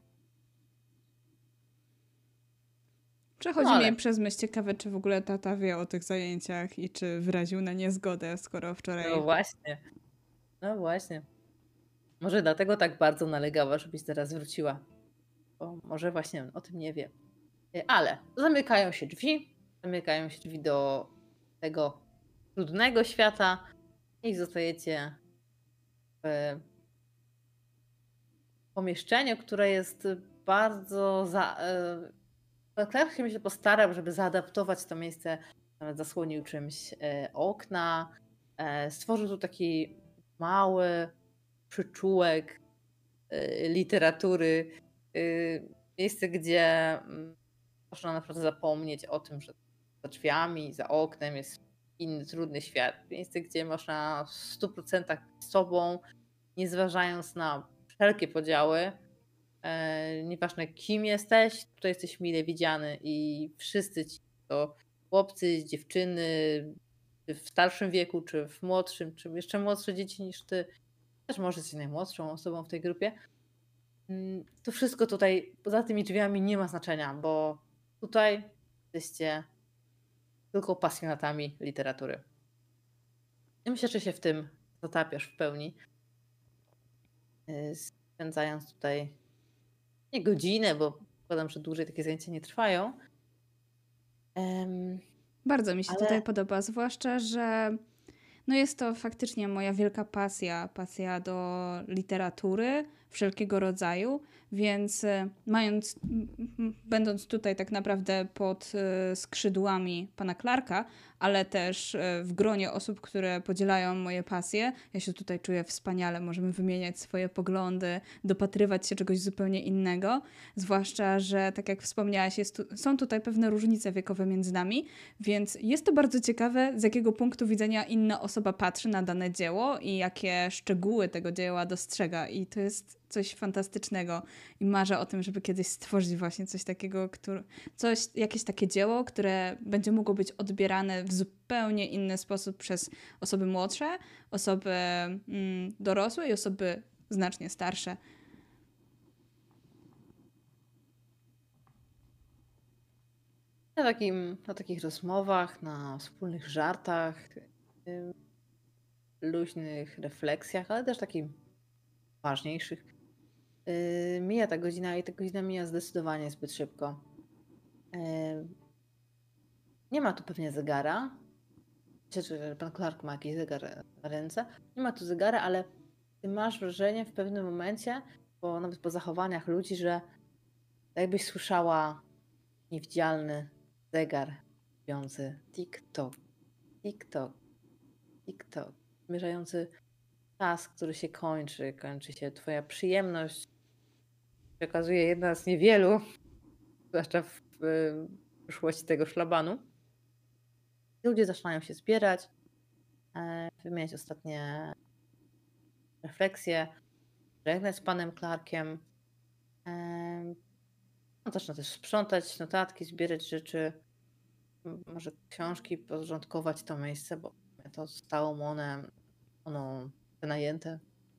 no
Przechodzi mi
ale
przez myśl ciekawe, czy w ogóle tata wie o tych zajęciach i czy wyraził na nie zgodę, skoro
no
wczoraj...
właśnie, no właśnie. Może dlatego tak bardzo nalegała, żebyś teraz wróciła, bo może właśnie o tym nie wie. Y, ale zamykają się drzwi, zamykają się drzwi do tego trudnego świata i zostajecie w pomieszczeniu, które jest bardzo za e, Clark się myślę postarał, żeby zaadaptować to miejsce, nawet zasłonił czymś e, okna, e, stworzył tu taki mały przyczółek e, literatury, e, miejsce, gdzie mm, można naprawdę zapomnieć o tym, że za drzwiami, za oknem jest inny, trudny świat. Miejsce, gdzie można w stu procentach być sobą, nie zważając na wszelkie podziały. E, nieważne kim jesteś, tutaj jesteś mile widziany i wszyscy ci to chłopcy, dziewczyny, czy w starszym wieku, czy w młodszym, czy jeszcze młodsze dzieci niż ty, też może jesteś najmłodszą osobą w tej grupie. Mm, To wszystko tutaj poza tymi drzwiami nie ma znaczenia, bo tutaj jesteście tylko pasjonatami literatury. I myślę, że się w tym zatapiasz w pełni, y, spędzając tutaj nie godzinę, bo zakładam, że dłużej takie zajęcia nie trwają. Em,
Bardzo mi się
ale
tutaj podoba, zwłaszcza, że no jest to faktycznie moja wielka pasja, pasja do literatury wszelkiego rodzaju, więc e, mając, m- m- będąc tutaj tak naprawdę pod e, skrzydłami pana Clarka, ale też e, w gronie osób, które podzielają moje pasje, ja się tutaj czuję wspaniale, możemy wymieniać swoje poglądy, dopatrywać się czegoś zupełnie innego, zwłaszcza, że tak jak wspomniałaś, jest tu, są tutaj pewne różnice wiekowe między nami, więc jest to bardzo ciekawe, z jakiego punktu widzenia inna osoba patrzy na dane dzieło i jakie szczegóły tego dzieła dostrzega. I to jest coś fantastycznego. I marzę o tym, żeby kiedyś stworzyć właśnie coś takiego, które, coś, jakieś takie dzieło, które będzie mogło być odbierane w zupełnie inny sposób przez osoby młodsze, osoby mm, dorosłe i osoby znacznie starsze.
na, takim, na takich rozmowach, na wspólnych żartach, ym, luźnych refleksjach, ale też takich ważniejszych, yy, mija ta godzina i ta godzina mija zdecydowanie zbyt szybko. Ym, Nie ma tu pewnie zegara. Myślę, że pan Clark ma jakiś zegar na ręce. Nie ma tu zegara, ale ty masz wrażenie w pewnym momencie, bo nawet po zachowaniach ludzi, że tak jakbyś słyszała niewidzialny zegar mówiący tik-tok, tik-tok, tik-tok, zmierzający czas, który się kończy, kończy się twoja przyjemność. Się okazuje jedna z niewielu, zwłaszcza w, w przyszłości tego szlabanu. Ludzie zaczynają się zbierać, e, wymieniać ostatnie refleksje, żegnać z panem Clarkiem. E, On zaczyna też sprzątać notatki, zbierać rzeczy, m- może książki, porządkować to miejsce, bo to zostało mu one, ono wynajęte.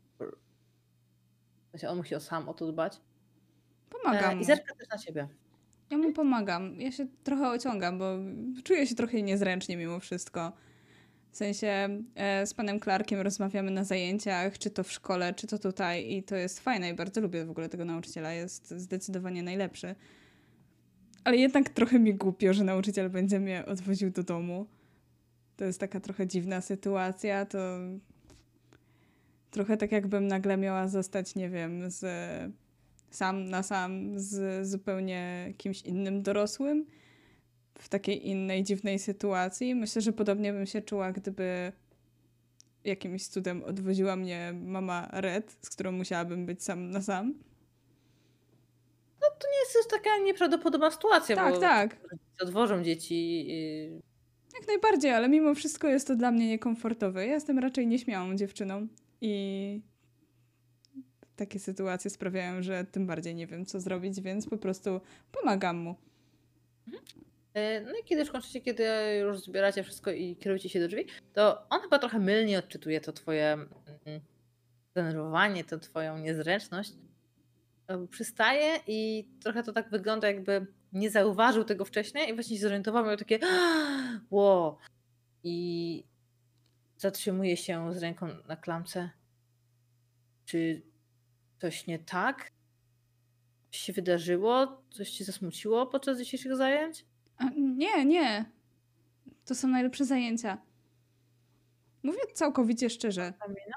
W sensie on musi o sam o to dbać. E,
Pomagam
I
mu.
zerka też na ciebie.
Ja mu pomagam. Ja się trochę ociągam, bo czuję się trochę niezręcznie mimo wszystko. W sensie e, z panem Clarkiem rozmawiamy na zajęciach, czy to w szkole, czy to tutaj i to jest fajne i bardzo lubię w ogóle tego nauczyciela, jest zdecydowanie najlepszy. Ale jednak trochę mi głupio, że nauczyciel będzie mnie odwoził do domu. To jest taka trochę dziwna sytuacja, to trochę tak jakbym nagle miała zostać, nie wiem, z, sam na sam z zupełnie kimś innym dorosłym w takiej innej dziwnej sytuacji. Myślę, że podobnie bym się czuła, gdyby jakimś cudem odwoziła mnie mama Red, z którą musiałabym być sam na sam.
To nie jest też taka nieprawdopodobna sytuacja,
Tak,
bo
tak,
rodzice odwożą dzieci. y,
jak najbardziej, ale mimo wszystko jest to dla mnie niekomfortowe. Ja jestem raczej nieśmiałą dziewczyną i takie sytuacje sprawiają, że tym bardziej nie wiem, co zrobić, więc po prostu pomagam mu.
E, No i kiedy już kończycie, kiedy już zbieracie wszystko i kierujecie się do drzwi, to on chyba trochę mylnie odczytuje to twoje mm, zdenerwowanie, tę twoją niezręczność. E, Przystaje i trochę to tak wygląda, jakby nie zauważył tego wcześniej i właśnie się zorientował, miał takie wow. I zatrzymuje się z ręką na klamce. Czy coś nie tak? Coś się wydarzyło? Coś cię zasmuciło podczas dzisiejszych zajęć?
A, nie, nie. To są najlepsze zajęcia. Mówię całkowicie szczerze.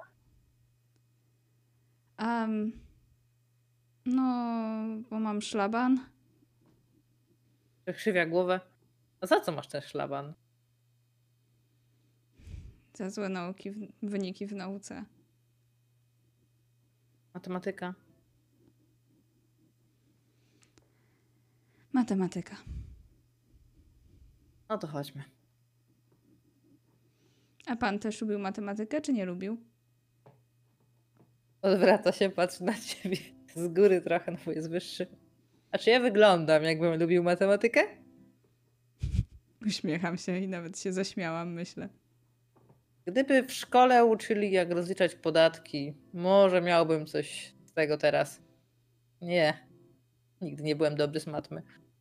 Um, no, bo mam szlaban.
Przekrzywia głowę. A za co masz ten szlaban?
Za złe nauki, w, wyniki w nauce.
Matematyka.
Matematyka.
No to chodźmy.
A pan też lubił matematykę, czy nie lubił?
Odwraca się, patrzy na ciebie z góry trochę, no bo jest wyższy. A czy ja wyglądam, jakbym lubił matematykę?
Uśmiecham się i nawet się zaśmiałam, myślę.
Gdyby w szkole uczyli, jak rozliczać podatki, może miałbym coś z tego teraz. Nie. Nigdy nie byłem dobry z matmy.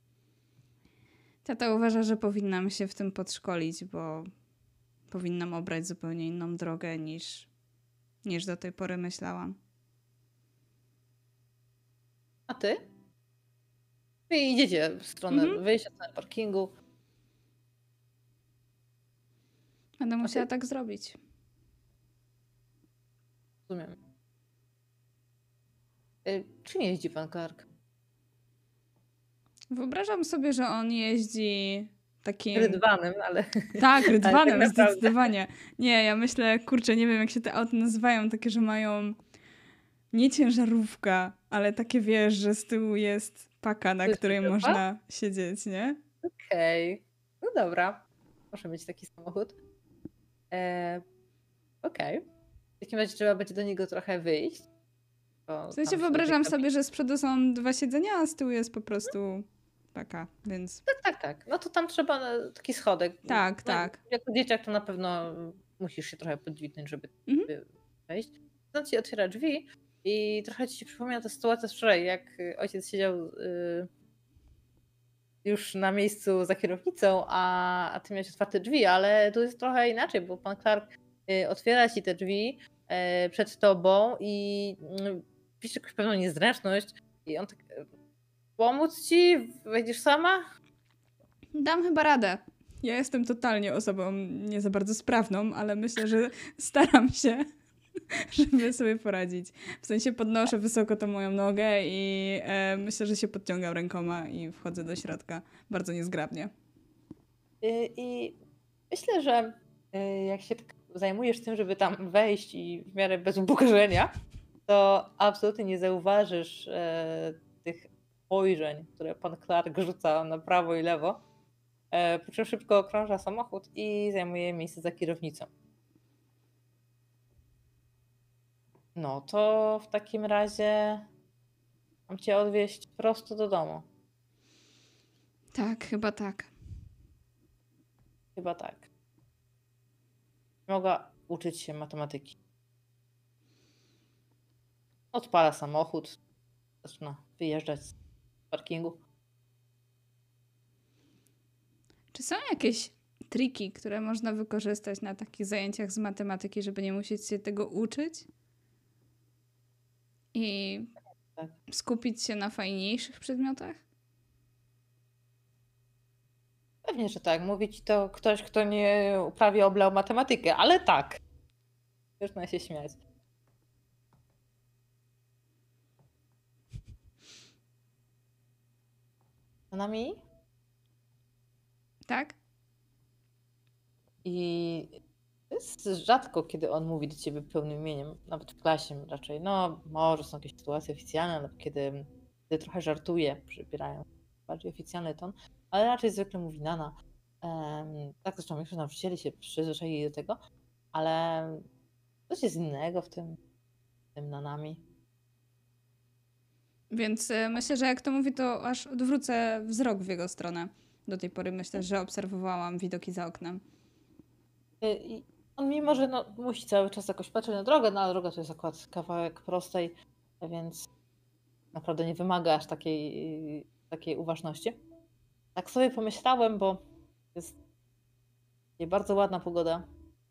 Tata uważa, że powinnam się w tym podszkolić, bo powinnam obrać zupełnie inną drogę niż, niż do tej pory myślałam.
A ty? Wy idziecie w stronę
Mhm.
wyjścia, w stronę parkingu.
Będę
A
musiała
ty?
tak zrobić.
Rozumiem. Y, Czym jeździ pan Clark?
Wyobrażam sobie, że on jeździ takim...
Rydwanem, ale...
Tak,
ale tak
rydwanem,
naprawdę.
zdecydowanie. Nie, ja myślę, kurczę, nie wiem jak się te auta nazywają, takie, że mają nie ciężarówka, ale takie wiesz, że z tyłu jest paka, na
To jest
której
przyczepa?
można siedzieć, nie?
Okej. No dobra. Muszę mieć taki samochód. E, Okej. W takim razie trzeba będzie do niego trochę wyjść. Bo
W sensie
tam się
wyobrażam
będzie
sobie, że z przodu są dwa siedzenia, a z tyłu jest po prostu paka, więc...
Tak, tak, tak. No to tam trzeba e, taki schodek.
Tak,
No,
tak.
jako dzieciak to na pewno musisz się trochę podźwignąć, żeby
Mhm.
żeby wejść. On ci otwiera drzwi i trochę ci się przypomina ta sytuacja z wczoraj, jak y, ojciec siedział y, już na miejscu za kierownicą, a, a ty miałeś otwarte drzwi, ale tu jest trochę inaczej, bo pan Clark y, otwiera ci te drzwi y, przed tobą i y, widzisz jakąś pewną niezręczność i on tak y, pomóc ci? Wejdziesz sama?
Dam chyba radę. Ja jestem totalnie osobą nie za bardzo sprawną, ale myślę, że staram się, żeby sobie poradzić. W sensie podnoszę wysoko tą moją nogę i e, myślę, że się podciągam rękoma i wchodzę do środka bardzo niezgrabnie.
Y, I myślę, że y, jak się tak zajmujesz tym, żeby tam wejść i w miarę bez upokorzenia, to absolutnie nie zauważysz e, tych spojrzeń, które pan Clark rzuca na prawo i lewo. E, po czym szybko okrąża samochód i zajmuje miejsce za kierownicą. No to w takim razie mam cię odwieźć prosto do domu.
Tak, chyba tak.
Chyba tak. Mogła uczyć się matematyki. Odpala samochód, zaczyna wyjeżdżać z parkingu.
Czy są jakieś triki, które można wykorzystać na takich zajęciach z matematyki, żeby nie musieć się tego uczyć? I
Tak.
skupić się na fajniejszych przedmiotach?
Pewnie, że tak. Mówi ci to ktoś, kto nie prawie oblał matematykę, ale tak. Zaczyna się śmiać. Za nami
Tak?
i to jest rzadko, kiedy on mówi do ciebie pełnym imieniem, nawet w klasie raczej. No, może są jakieś sytuacje oficjalne, albo kiedy, kiedy trochę żartuje, przybierając bardziej oficjalny ton, ale raczej zwykle mówi Nana. Um, tak zresztą większość nauczycieli się przyzwyczaili do tego, ale coś jest innego w tym, w tym Nanami.
Więc e, myślę, że jak to mówi, to aż odwrócę wzrok w jego stronę. Do tej pory myślę, że obserwowałam widoki za oknem.
Y, I on mimo, że no, musi cały czas jakoś patrzeć na drogę, no ale droga to jest akurat kawałek prostej, więc naprawdę nie wymaga aż takiej, takiej uważności. Tak sobie pomyślałem, bo jest dzisiaj bardzo ładna pogoda,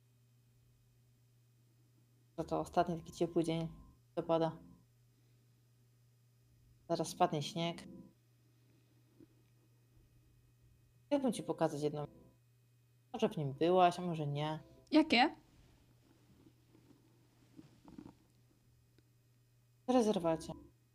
że to ostatni taki ciepły dzień listopada. Zaraz spadnie śnieg. Chciałbym ci pokazać jedno. Może w nim byłaś, a może nie.
Jakie?
W rezerwacie.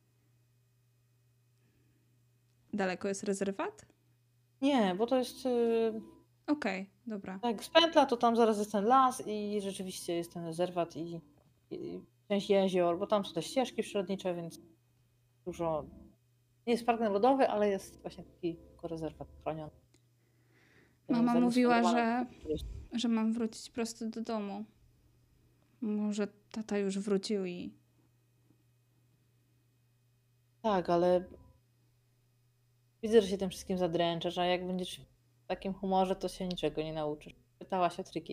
Daleko jest rezerwat?
Nie, bo to jest yy,
Okej, dobra.
tak z pętla, to tam zaraz jest ten las i rzeczywiście jest ten rezerwat i, i część jezior, bo tam są te ścieżki przyrodnicze, więc dużo. Nie jest park narodowy, ale jest właśnie taki tylko rezerwat chroniony.
Mama
Yy,
mówiła, że,
zagospodarowany.
że mam wrócić prosto do domu. Może tata już wrócił i...
Tak, ale widzę, że się tym wszystkim zadręczasz, a jak będziesz w takim humorze, to się niczego nie nauczysz. Pytałaś o triki.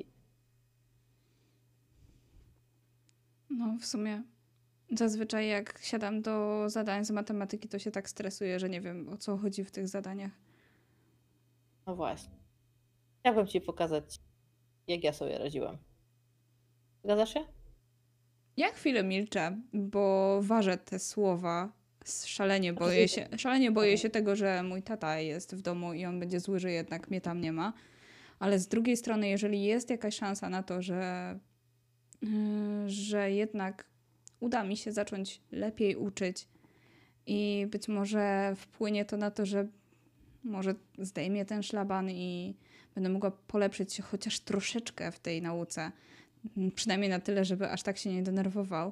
No, w sumie zazwyczaj jak siadam do zadań z matematyki, to się tak stresuję, że nie wiem, o co chodzi w tych zadaniach.
No właśnie. Chciałbym ci pokazać, jak ja sobie radziłem. Zgadzasz się?
Ja chwilę milczę, bo ważę te słowa. Szalenie boję się, szalenie boję się tego, że mój tata jest w domu i on będzie zły, że jednak mnie tam nie ma. Ale z drugiej strony, jeżeli jest jakaś szansa na to, że, yy, że jednak uda mi się zacząć lepiej uczyć i być może wpłynie to na to, że może zdejmie ten szlaban i będę mogła polepszyć się chociaż troszeczkę w tej nauce. Przynajmniej na tyle, żeby aż tak się nie denerwował.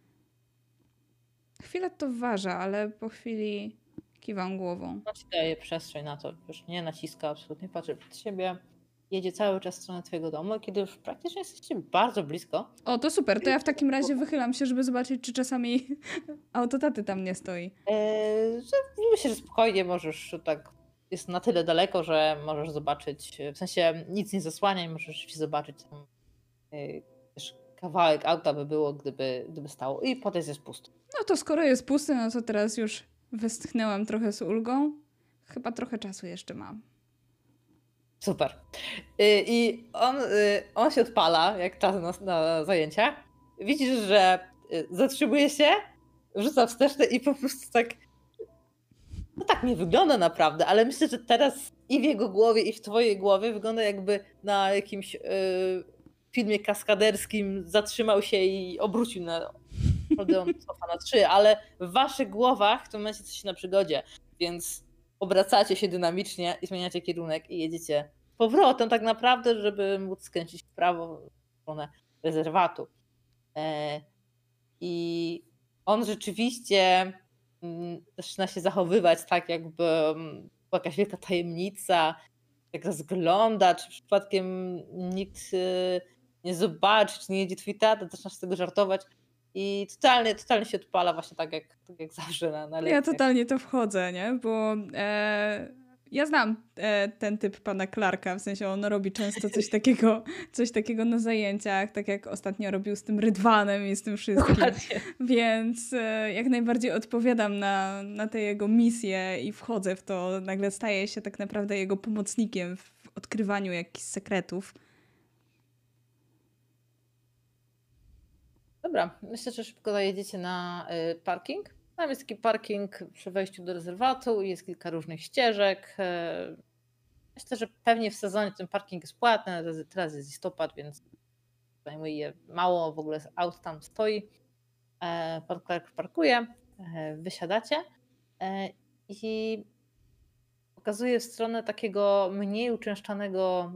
Chwilę to waża, ale po chwili kiwam głową.
No ci daje przestrzeń na to, już nie naciska, absolutnie patrzy przed siebie, jedzie cały czas w stronę twojego domu, kiedy już praktycznie jesteście bardzo blisko.
O, to super. To ja w takim razie wychylam się, żeby zobaczyć, czy czasami auto taty tam nie stoi.
Eee, że myślę, że spokojnie możesz tak, jest na tyle daleko, że możesz zobaczyć, w sensie nic nie zasłania i możesz rzeczywiście zobaczyć tam yy, też kawałek auta by było, gdyby, gdyby stało i podejść jest pusty.
No to skoro jest pusty, no to teraz już westchnęłam trochę z ulgą. Chyba trochę czasu jeszcze mam.
Super. Y, I on, y, on się odpala, jak czas na, na zajęciach. Widzisz, że y, zatrzymuje się, rzuca wsteczny i po prostu tak. No tak nie wygląda naprawdę, ale myślę, że teraz i w jego głowie, i w twojej głowie wygląda jakby na jakimś y, filmie kaskaderskim zatrzymał się i obrócił na. Naprawdę on cofa na trzy, ale w waszych głowach w tym momencie coś na przygodzie, więc obracacie się dynamicznie i zmieniacie kierunek i jedziecie powrotem tak naprawdę, żeby móc skręcić w prawo w stronę rezerwatu. E, I on rzeczywiście mm, zaczyna się zachowywać tak, jakby mm, była jakaś wielka tajemnica, jak rozgląda, czy przypadkiem nikt y, nie zobaczy, czy nie jedzie twój tata, zaczynasz z tego żartować. I totalnie, totalnie się odpala właśnie tak jak, tak jak zawsze na, na
Ja
lekcjach.
totalnie to wchodzę, nie? Bo e, ja znam e, ten typ pana Clarka, w sensie on robi często coś takiego, coś takiego na zajęciach, tak jak ostatnio robił z tym Rydwanem i z tym wszystkim.
Dokładnie.
Więc e, jak najbardziej odpowiadam na, na te jego misje i wchodzę w to. Nagle staję się tak naprawdę jego pomocnikiem w odkrywaniu jakichś sekretów.
Dobra, myślę, że szybko zajedziecie na y, parking. Tam jest taki parking przy wejściu do rezerwatu i jest kilka różnych ścieżek. Y, Myślę, że pewnie w sezonie ten parking jest płatny, ale teraz jest listopad, więc zajmuje mało, w ogóle aut tam stoi. E, Pan Clark parkuje, e, wysiadacie e, i pokazuje w stronę takiego mniej uczęszczanego,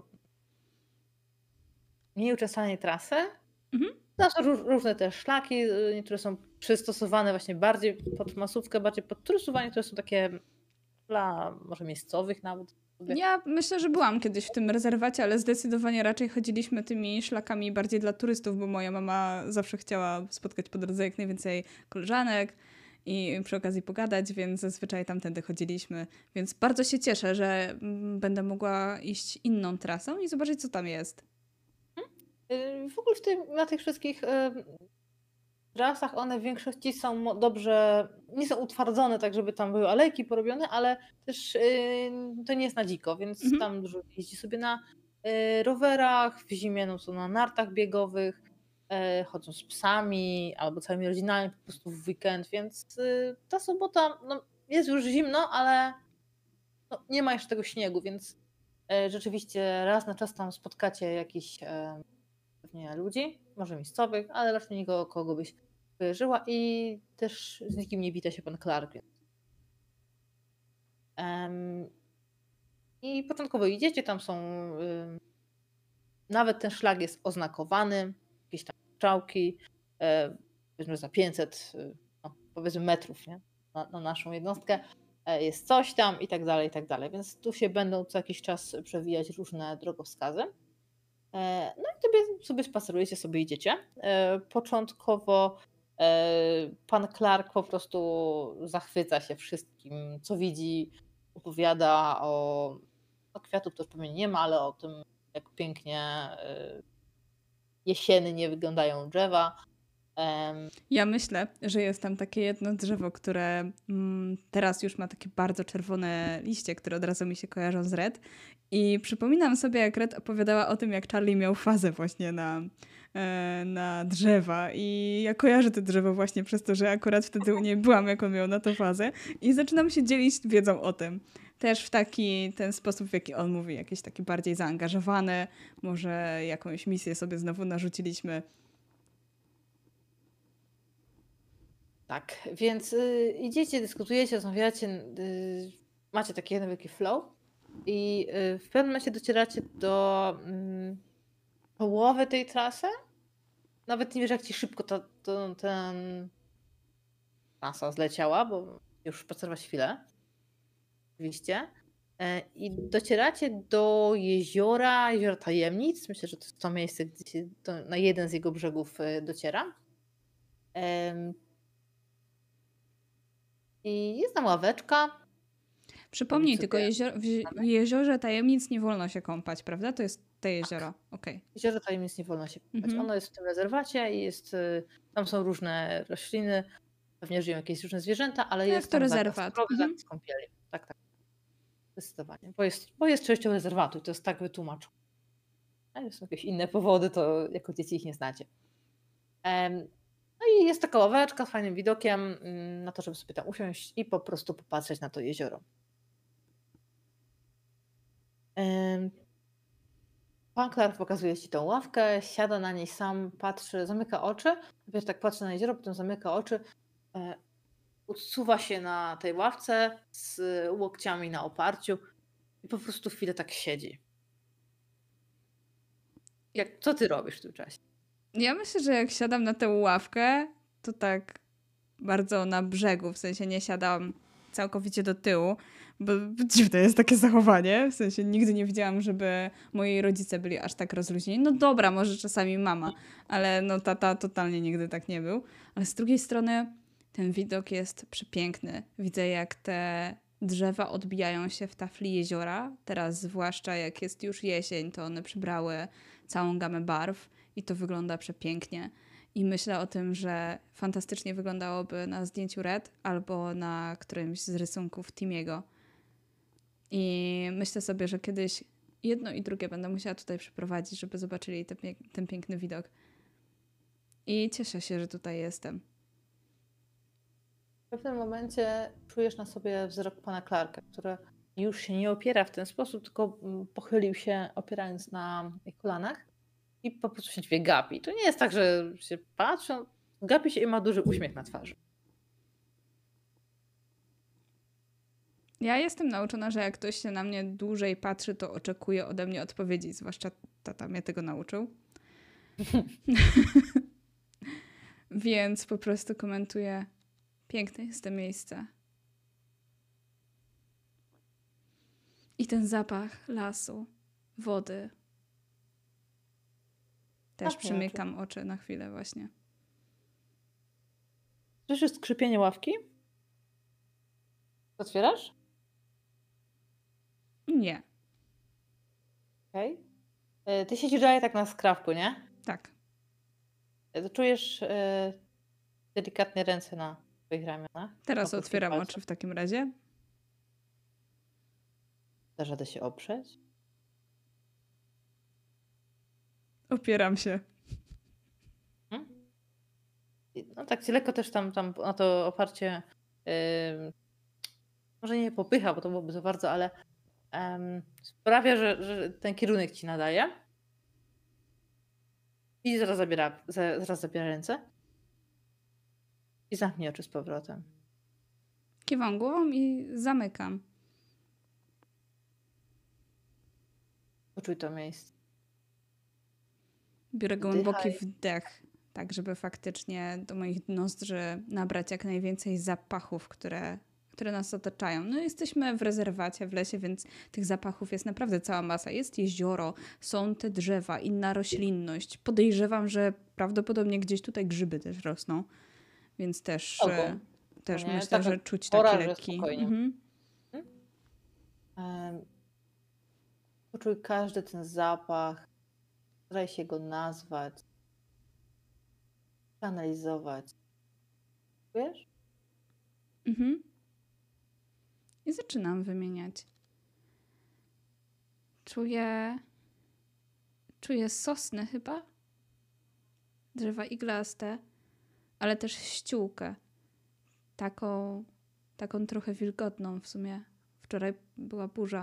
mniej uczęszczanej trasy.
Mhm.
Znaczy ró- różne też szlaki, y, niektóre są przystosowane właśnie bardziej pod masówkę, bardziej pod turystów, a niektóre są takie dla może miejscowych nawet. sobie.
Ja myślę, że byłam kiedyś w tym rezerwacie, ale zdecydowanie raczej chodziliśmy tymi szlakami bardziej dla turystów, bo moja mama zawsze chciała spotkać po drodze jak najwięcej koleżanek i przy okazji pogadać, więc zazwyczaj tamtędy chodziliśmy. Więc bardzo się cieszę, że mm, będę mogła iść inną trasą i zobaczyć, co tam jest.
Y, W ogóle w tym, na tych wszystkich y, trasach one w większości są mo- dobrze, nie są utwardzone tak, żeby tam były alejki porobione, ale też y, to nie jest na dziko, więc
Mhm.
tam dużo jeździ sobie na y, rowerach, w zimie no, są na nartach biegowych, y, chodzą z psami albo całymi rodzinami po prostu w weekend, więc y, ta sobota no, jest już zimno, ale no, nie ma jeszcze tego śniegu, więc y, rzeczywiście raz na czas tam spotkacie jakiś pewnie ludzi, może miejscowych, ale raczej nikogo, kogo byś kojarzyła i też z nikim nie wita się pan Clark. Więc. Em, I początkowo idziecie, tam są, ym, nawet ten szlak jest oznakowany, jakieś tam strzałki, e, powiedzmy za pięćset, y, no, powiedzmy metrów, nie? Na, na naszą jednostkę e, jest coś tam i tak dalej, i tak dalej, więc tu się będą co jakiś czas przewijać różne drogowskazy. E, No i sobie, sobie spacerujecie, sobie idziecie. E, Początkowo e, pan Clark po prostu zachwyca się wszystkim, co widzi, opowiada o, o kwiatów to już pewnie nie ma, ale o tym, jak pięknie e, jesiennie wyglądają drzewa. Em,
Ja myślę, że jest tam takie jedno drzewo, które mm, teraz już ma takie bardzo czerwone liście, które od razu mi się kojarzą z Red. I przypominam sobie, jak Red opowiadała o tym, jak Charlie miał fazę właśnie na, e, na drzewa. I ja kojarzę to drzewo właśnie przez to, że akurat wtedy u niej byłam, jak on miał na to fazę. I zaczynam się dzielić wiedzą o tym. Też w taki ten sposób, w jaki on mówi, jakiś taki bardziej zaangażowany. Może jakąś misję sobie znowu narzuciliśmy.
tak, więc y, idziecie, dyskutujecie, rozmawiacie, y, macie taki jeden wielki flow i y, w pewnym momencie docieracie do mm, połowy tej trasy. Nawet nie wiesz, jak ci szybko ta, to, ten trasa zleciała, bo już spacerować chwilę. Oczywiście. E, I docieracie do jeziora, jeziora Tajemnic. Myślę, że to jest to miejsce, gdzie się to, na jeden z jego brzegów e, dociera. Em, I jest tam ławeczka.
Przypomnij
Robić
tylko,
sobie.
jezior, w, w jeziorze tajemnic nie wolno się kąpać, prawda? To jest te jezioro. Okej.
Jezioro Tajemnic nie wolno się kąpać.
Mhm.
Ono jest w tym rezerwacie i jest, y, tam są różne rośliny. Pewnie żyją jakieś różne zwierzęta, ale
Jak
jest
to
tam zakaz,
rezerwat.
surowy
Mhm.
zakaz kąpieli. Tak, tak. Zdecydowanie. Bo jest, bo jest częścią rezerwatu i to jest tak wytłumaczone. A jak są jakieś inne powody, to jako dzieci ich nie znacie. Em, No i jest taka ławeczka z fajnym widokiem mm, na to, żeby sobie tam usiąść i po prostu popatrzeć na to jezioro. Em, Pan Clark pokazuje ci tą ławkę, siada na niej sam, patrzy, zamyka oczy. Wiesz, tak patrzy na jezioro, potem zamyka oczy, e, odsuwa się na tej ławce z łokciami na oparciu i po prostu chwilę tak siedzi. Jak, co ty robisz w tym czasie?
Ja myślę, że jak siadam na tę ławkę, to tak bardzo na brzegu, w sensie nie siadam całkowicie do tyłu, bo dziwne jest takie zachowanie, w sensie nigdy nie widziałam, żeby moi rodzice byli aż tak rozluźnieni. No dobra, może czasami mama, ale no tata totalnie nigdy tak nie był. Ale z drugiej strony ten widok jest przepiękny. Widzę, jak te drzewa odbijają się w tafli jeziora. Teraz zwłaszcza jak jest już jesień, to one przybrały całą gamę barw i to wygląda przepięknie. I myślę o tym, że fantastycznie wyglądałoby na zdjęciu Red albo na którymś z rysunków Timiego. I myślę sobie, że kiedyś jedno i drugie będę musiała tutaj przeprowadzić, żeby zobaczyli ten, pięk- ten piękny widok. I cieszę się, że tutaj jestem.
W pewnym momencie czujesz na sobie wzrok pana Clarka, który już się nie opiera w ten sposób, tylko mm, pochylił się, opierając na kolanach i po prostu się ciebie gapi. To nie jest tak, że się patrzą, gapi się i ma duży uśmiech na twarzy.
Ja jestem nauczona, że jak ktoś się na mnie dłużej patrzy, to oczekuje ode mnie odpowiedzi, zwłaszcza tata mnie tego nauczył. Więc po prostu komentuję: piękne jest to miejsce. I ten zapach lasu, wody. Też
Tak, nie
przymykam oczy na chwilę właśnie.
Słyszysz skrzypienie ławki Otwierasz?
Nie,
Okej. E, Ty siedzisz dalej tak na skrawku, nie?
tak.
E, To czujesz e, delikatnie ręce na twoich ramionach, na
Teraz
krótkich
otwieram
palcach.
oczy w takim razie.
Dasz radę się oprzeć?
Opieram się.
Hmm? I- No tak ci lekko też tam, tam na to oparcie em, może nie popycha, bo to byłoby za bardzo, ale em, sprawia, że, że ten kierunek ci nadaje. I zaraz zabiera, za- zaraz zabiera ręce i zamknij oczy z powrotem.
Kiwam głową i zamykam.
Poczuj to miejsce.
Biorę głęboki
Wdychaj.
wdech, tak żeby faktycznie do moich nozdrzy nabrać jak najwięcej zapachów, które, które nas otaczają. No jesteśmy w rezerwacie, w lesie, więc tych zapachów jest naprawdę cała masa. Jest jezioro, są te drzewa, inna roślinność. Podejrzewam, że prawdopodobnie gdzieś tutaj grzyby też rosną, więc też, e,
Ogół.
też
Nie?
myślę,
Taka
że czuć taki
pora, że
lekki.
spokojnie.
Mhm.
Em, Poczuj każdy ten zapach. Staraj się go nazwać, analizować. Wiesz?
Mhm. I zaczynam wymieniać. Czuję, czuję sosny chyba, drzewa iglaste, ale też ściółkę. Taką, taką trochę wilgotną w sumie. Wczoraj była burza.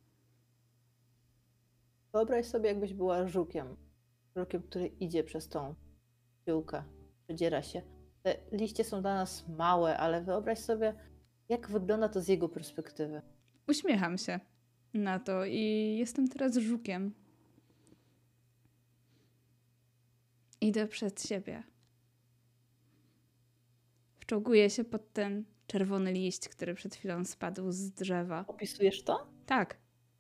Wyobraź sobie, jakbyś była żukiem. Żukiem, który idzie przez tą piłkę, przedziera się. Te liście są dla nas małe, ale wyobraź sobie, jak wygląda to z jego perspektywy.
Uśmiecham się na to i jestem teraz żukiem. Idę przed siebie. Wczołguję się pod ten czerwony liść, który przed chwilą spadł z drzewa.
Opisujesz to?
Tak.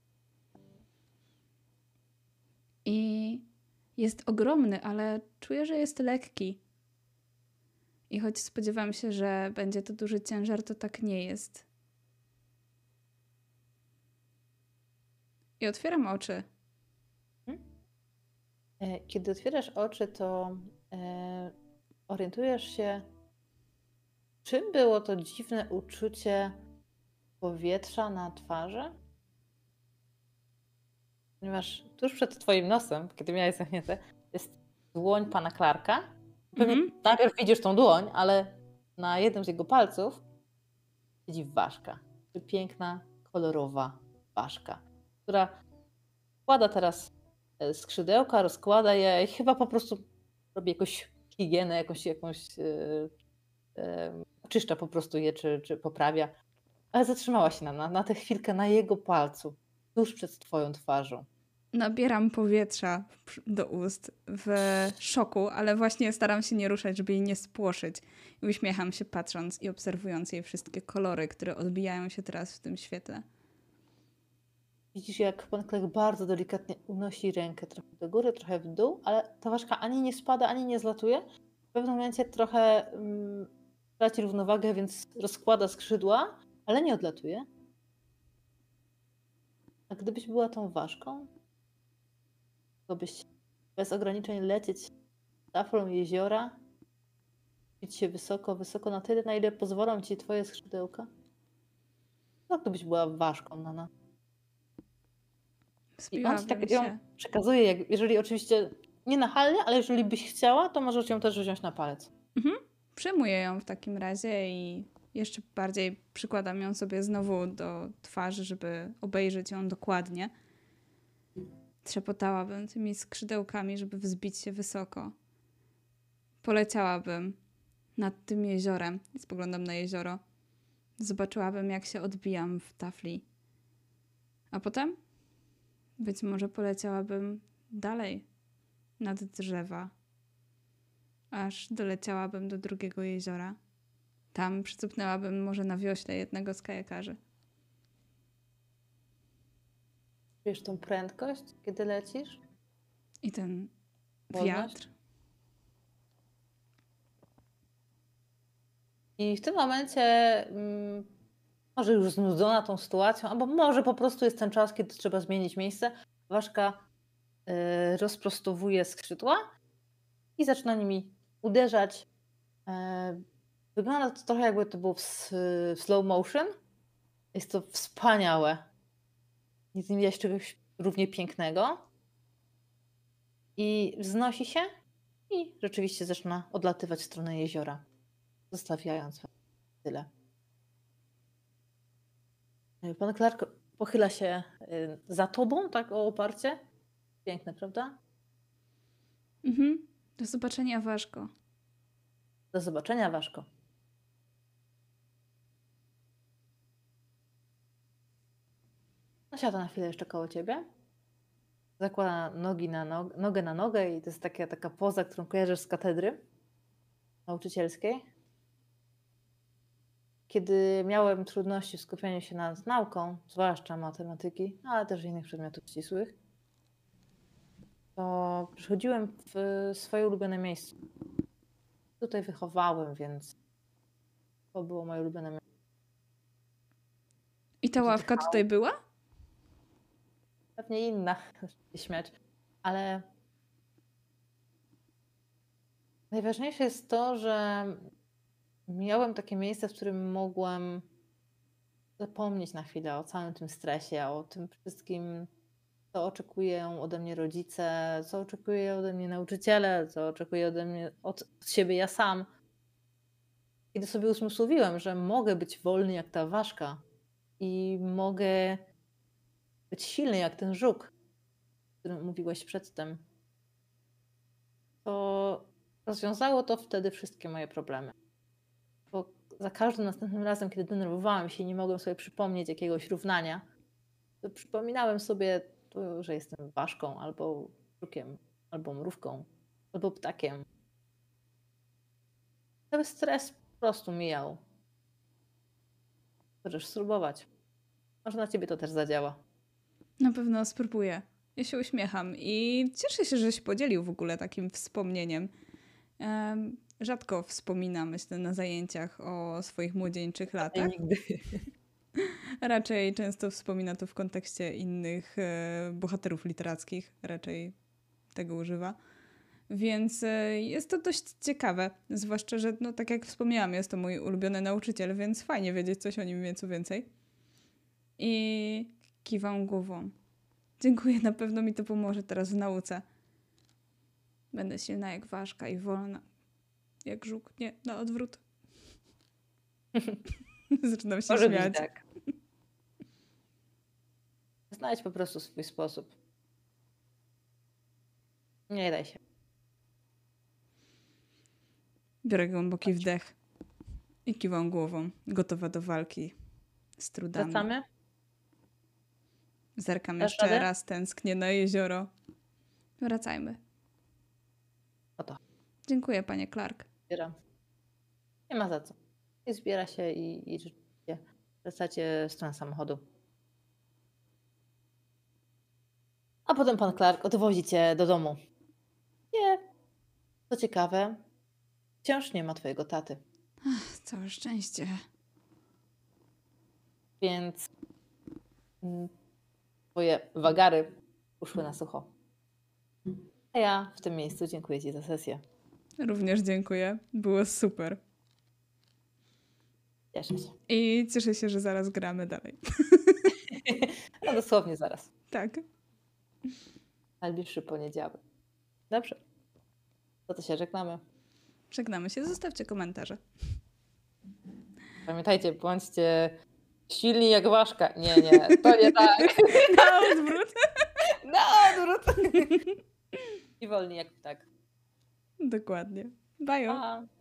I jest ogromny, ale czuję, że jest lekki. I choć spodziewam się, że będzie to duży ciężar, to tak nie jest. I otwieram oczy.
E, Kiedy otwierasz oczy, to e, orientujesz się, czym było to dziwne uczucie powietrza na twarzy? Ponieważ tuż przed twoim nosem, kiedy miałeś zamknięte, jest dłoń pana Clarka. Pewnie
Mhm.
najpierw widzisz tą dłoń, ale na jednym z jego palców siedzi ważka. Piękna, kolorowa ważka, która wkłada teraz e, skrzydełka, rozkłada je i chyba po prostu robi jakąś higienę, jakąś, jakąś yy, yy, czyszcza po prostu je, czy, czy poprawia. Ale zatrzymała się na, na, na tę chwilkę na jego palcu, tuż przed twoją twarzą.
Nabieram powietrza przy- do ust w szoku, ale właśnie staram się nie ruszać, żeby jej nie spłoszyć. I uśmiecham się patrząc i obserwując jej wszystkie kolory, które odbijają się teraz w tym świetle.
Widzisz, jak pan Klek bardzo delikatnie unosi rękę trochę do góry, trochę w dół, ale ta ważka ani nie spada, ani nie zlatuje. W pewnym momencie trochę mm, traci równowagę, więc rozkłada skrzydła, ale nie odlatuje. A gdybyś była tą ważką, to byś bez ograniczeń lecieć taflą jeziora, bić się wysoko, wysoko na tyle, na ile pozwolą ci twoje skrzydełka. No, gdybyś była ważką, Nana. I on ci
Wzbiłabym
tak ją
się.
przekazuje, jak, jeżeli oczywiście nie nachalnie, ale jeżeli byś chciała, to możesz ją też wziąć na palec.
Mhm. Przejmuję ją w takim razie i jeszcze bardziej przykładam ją sobie znowu do twarzy, żeby obejrzeć ją dokładnie. Trzepotałabym tymi skrzydełkami, żeby wzbić się wysoko. Poleciałabym nad tym jeziorem i spoglądam na jezioro. Zobaczyłabym, jak się odbijam w tafli. A potem być może poleciałabym dalej nad drzewa, aż doleciałabym do drugiego jeziora. Tam przycupnęłabym może na wiośle jednego z kajakarzy.
Wiesz tą prędkość, kiedy lecisz?
I ten
Wolność?
wiatr.
I w tym momencie mm, może już znudzona tą sytuacją, albo może po prostu jest ten czas, kiedy trzeba zmienić miejsce. Ważka y, rozprostowuje skrzydła i zaczyna nimi uderzać. E, Wygląda to trochę jakby to było w, s- w slow motion. Jest to wspaniałe. Nic nie widać czegoś równie pięknego. I wznosi się i rzeczywiście zaczyna odlatywać w stronę jeziora, zostawiając tyle. E, Pan Clark pochyla się y, za tobą, tak o oparcie. Piękne, prawda?
Mhm. Do zobaczenia, Ważko.
Do zobaczenia, Waszko. No siada na chwilę jeszcze koło ciebie. Zakłada nogi na nog- nogę na nogę i to jest taka, taka poza, którą kojarzysz z katedry nauczycielskiej. Kiedy miałem trudności w skupieniu się nad nauką, zwłaszcza matematyki, ale też innych przedmiotów ścisłych, to przychodziłem w swoje ulubione miejsce. Tutaj wychowałem, więc to było moje ulubione miejsce.
I ta ławka tutaj była?
Pewnie inna, się śmiać, ale najważniejsze jest to, że miałem takie miejsce, w którym mogłem zapomnieć na chwilę o całym tym stresie, o tym wszystkim, co oczekują ode mnie rodzice, co oczekuje ode mnie nauczyciele, co oczekuje ode mnie od, od siebie ja sam. Kiedy sobie usmysłowiłem, że mogę być wolny jak ta ważka i mogę być silny jak ten żuk, o którym mówiłeś przedtem, to rozwiązało to wtedy wszystkie moje problemy. Bo za każdym następnym razem, kiedy denerwowałam się i nie mogłem sobie przypomnieć jakiegoś równania, to przypominałem sobie to, że jestem ważką, albo żukiem, albo mrówką, albo ptakiem. Cały stres po prostu mijał. Możesz spróbować. Może na ciebie to też zadziała.
Na pewno spróbuję. Ja się uśmiecham i cieszę się, że się podzielił w ogóle takim wspomnieniem. Em, rzadko wspominam, myślę, na zajęciach o swoich młodzieńczych latach.
Nigdy.
Raczej często wspomina to w kontekście innych e, bohaterów literackich. Raczej tego używa. Więc e, jest to dość ciekawe. Zwłaszcza, że no, tak jak wspomniałam, jest to mój ulubiony nauczyciel, więc fajnie wiedzieć coś o nim nieco więcej. I kiwam głową. Dziękuję, na pewno mi to pomoże teraz w nauce. Będę silna jak ważka i wolna. Jak żuk. Nie, na odwrót. Zaczynam się
Może być
śmiać.
tak. Znajdź po prostu swój sposób. Nie daj się.
Biorę głęboki wdech i kiwam głową, gotowa do walki z trudami.
Wracamy?
Zerkam
Dasz
jeszcze
radę?
raz, tęsknię na jezioro. Wracajmy.
No to
Dziękuję, panie Clark.
zbieram. Nie ma za co. I zbiera się i, i rzeczywiście wracacie w stronę samochodu. A potem pan Clark odwozi cię do domu. Nie. Co ciekawe, wciąż nie ma twojego taty.
Całe szczęście.
Więc mm, twoje wagary uszły na sucho. A ja w tym miejscu dziękuję ci za sesję.
Również dziękuję. Było super.
Cieszę się.
I cieszę się, że zaraz gramy dalej.
No dosłownie zaraz.
Tak.
Najbliższy poniedziałek. Dobrze. To to się żegnamy.
Żegnamy się. Zostawcie komentarze.
Pamiętajcie, bądźcie silni jak ważka. Nie, nie, to nie tak.
Na odwrót.
Na odwrót. I wolni jak ptak.
Dokładnie. Bajo.
Pa.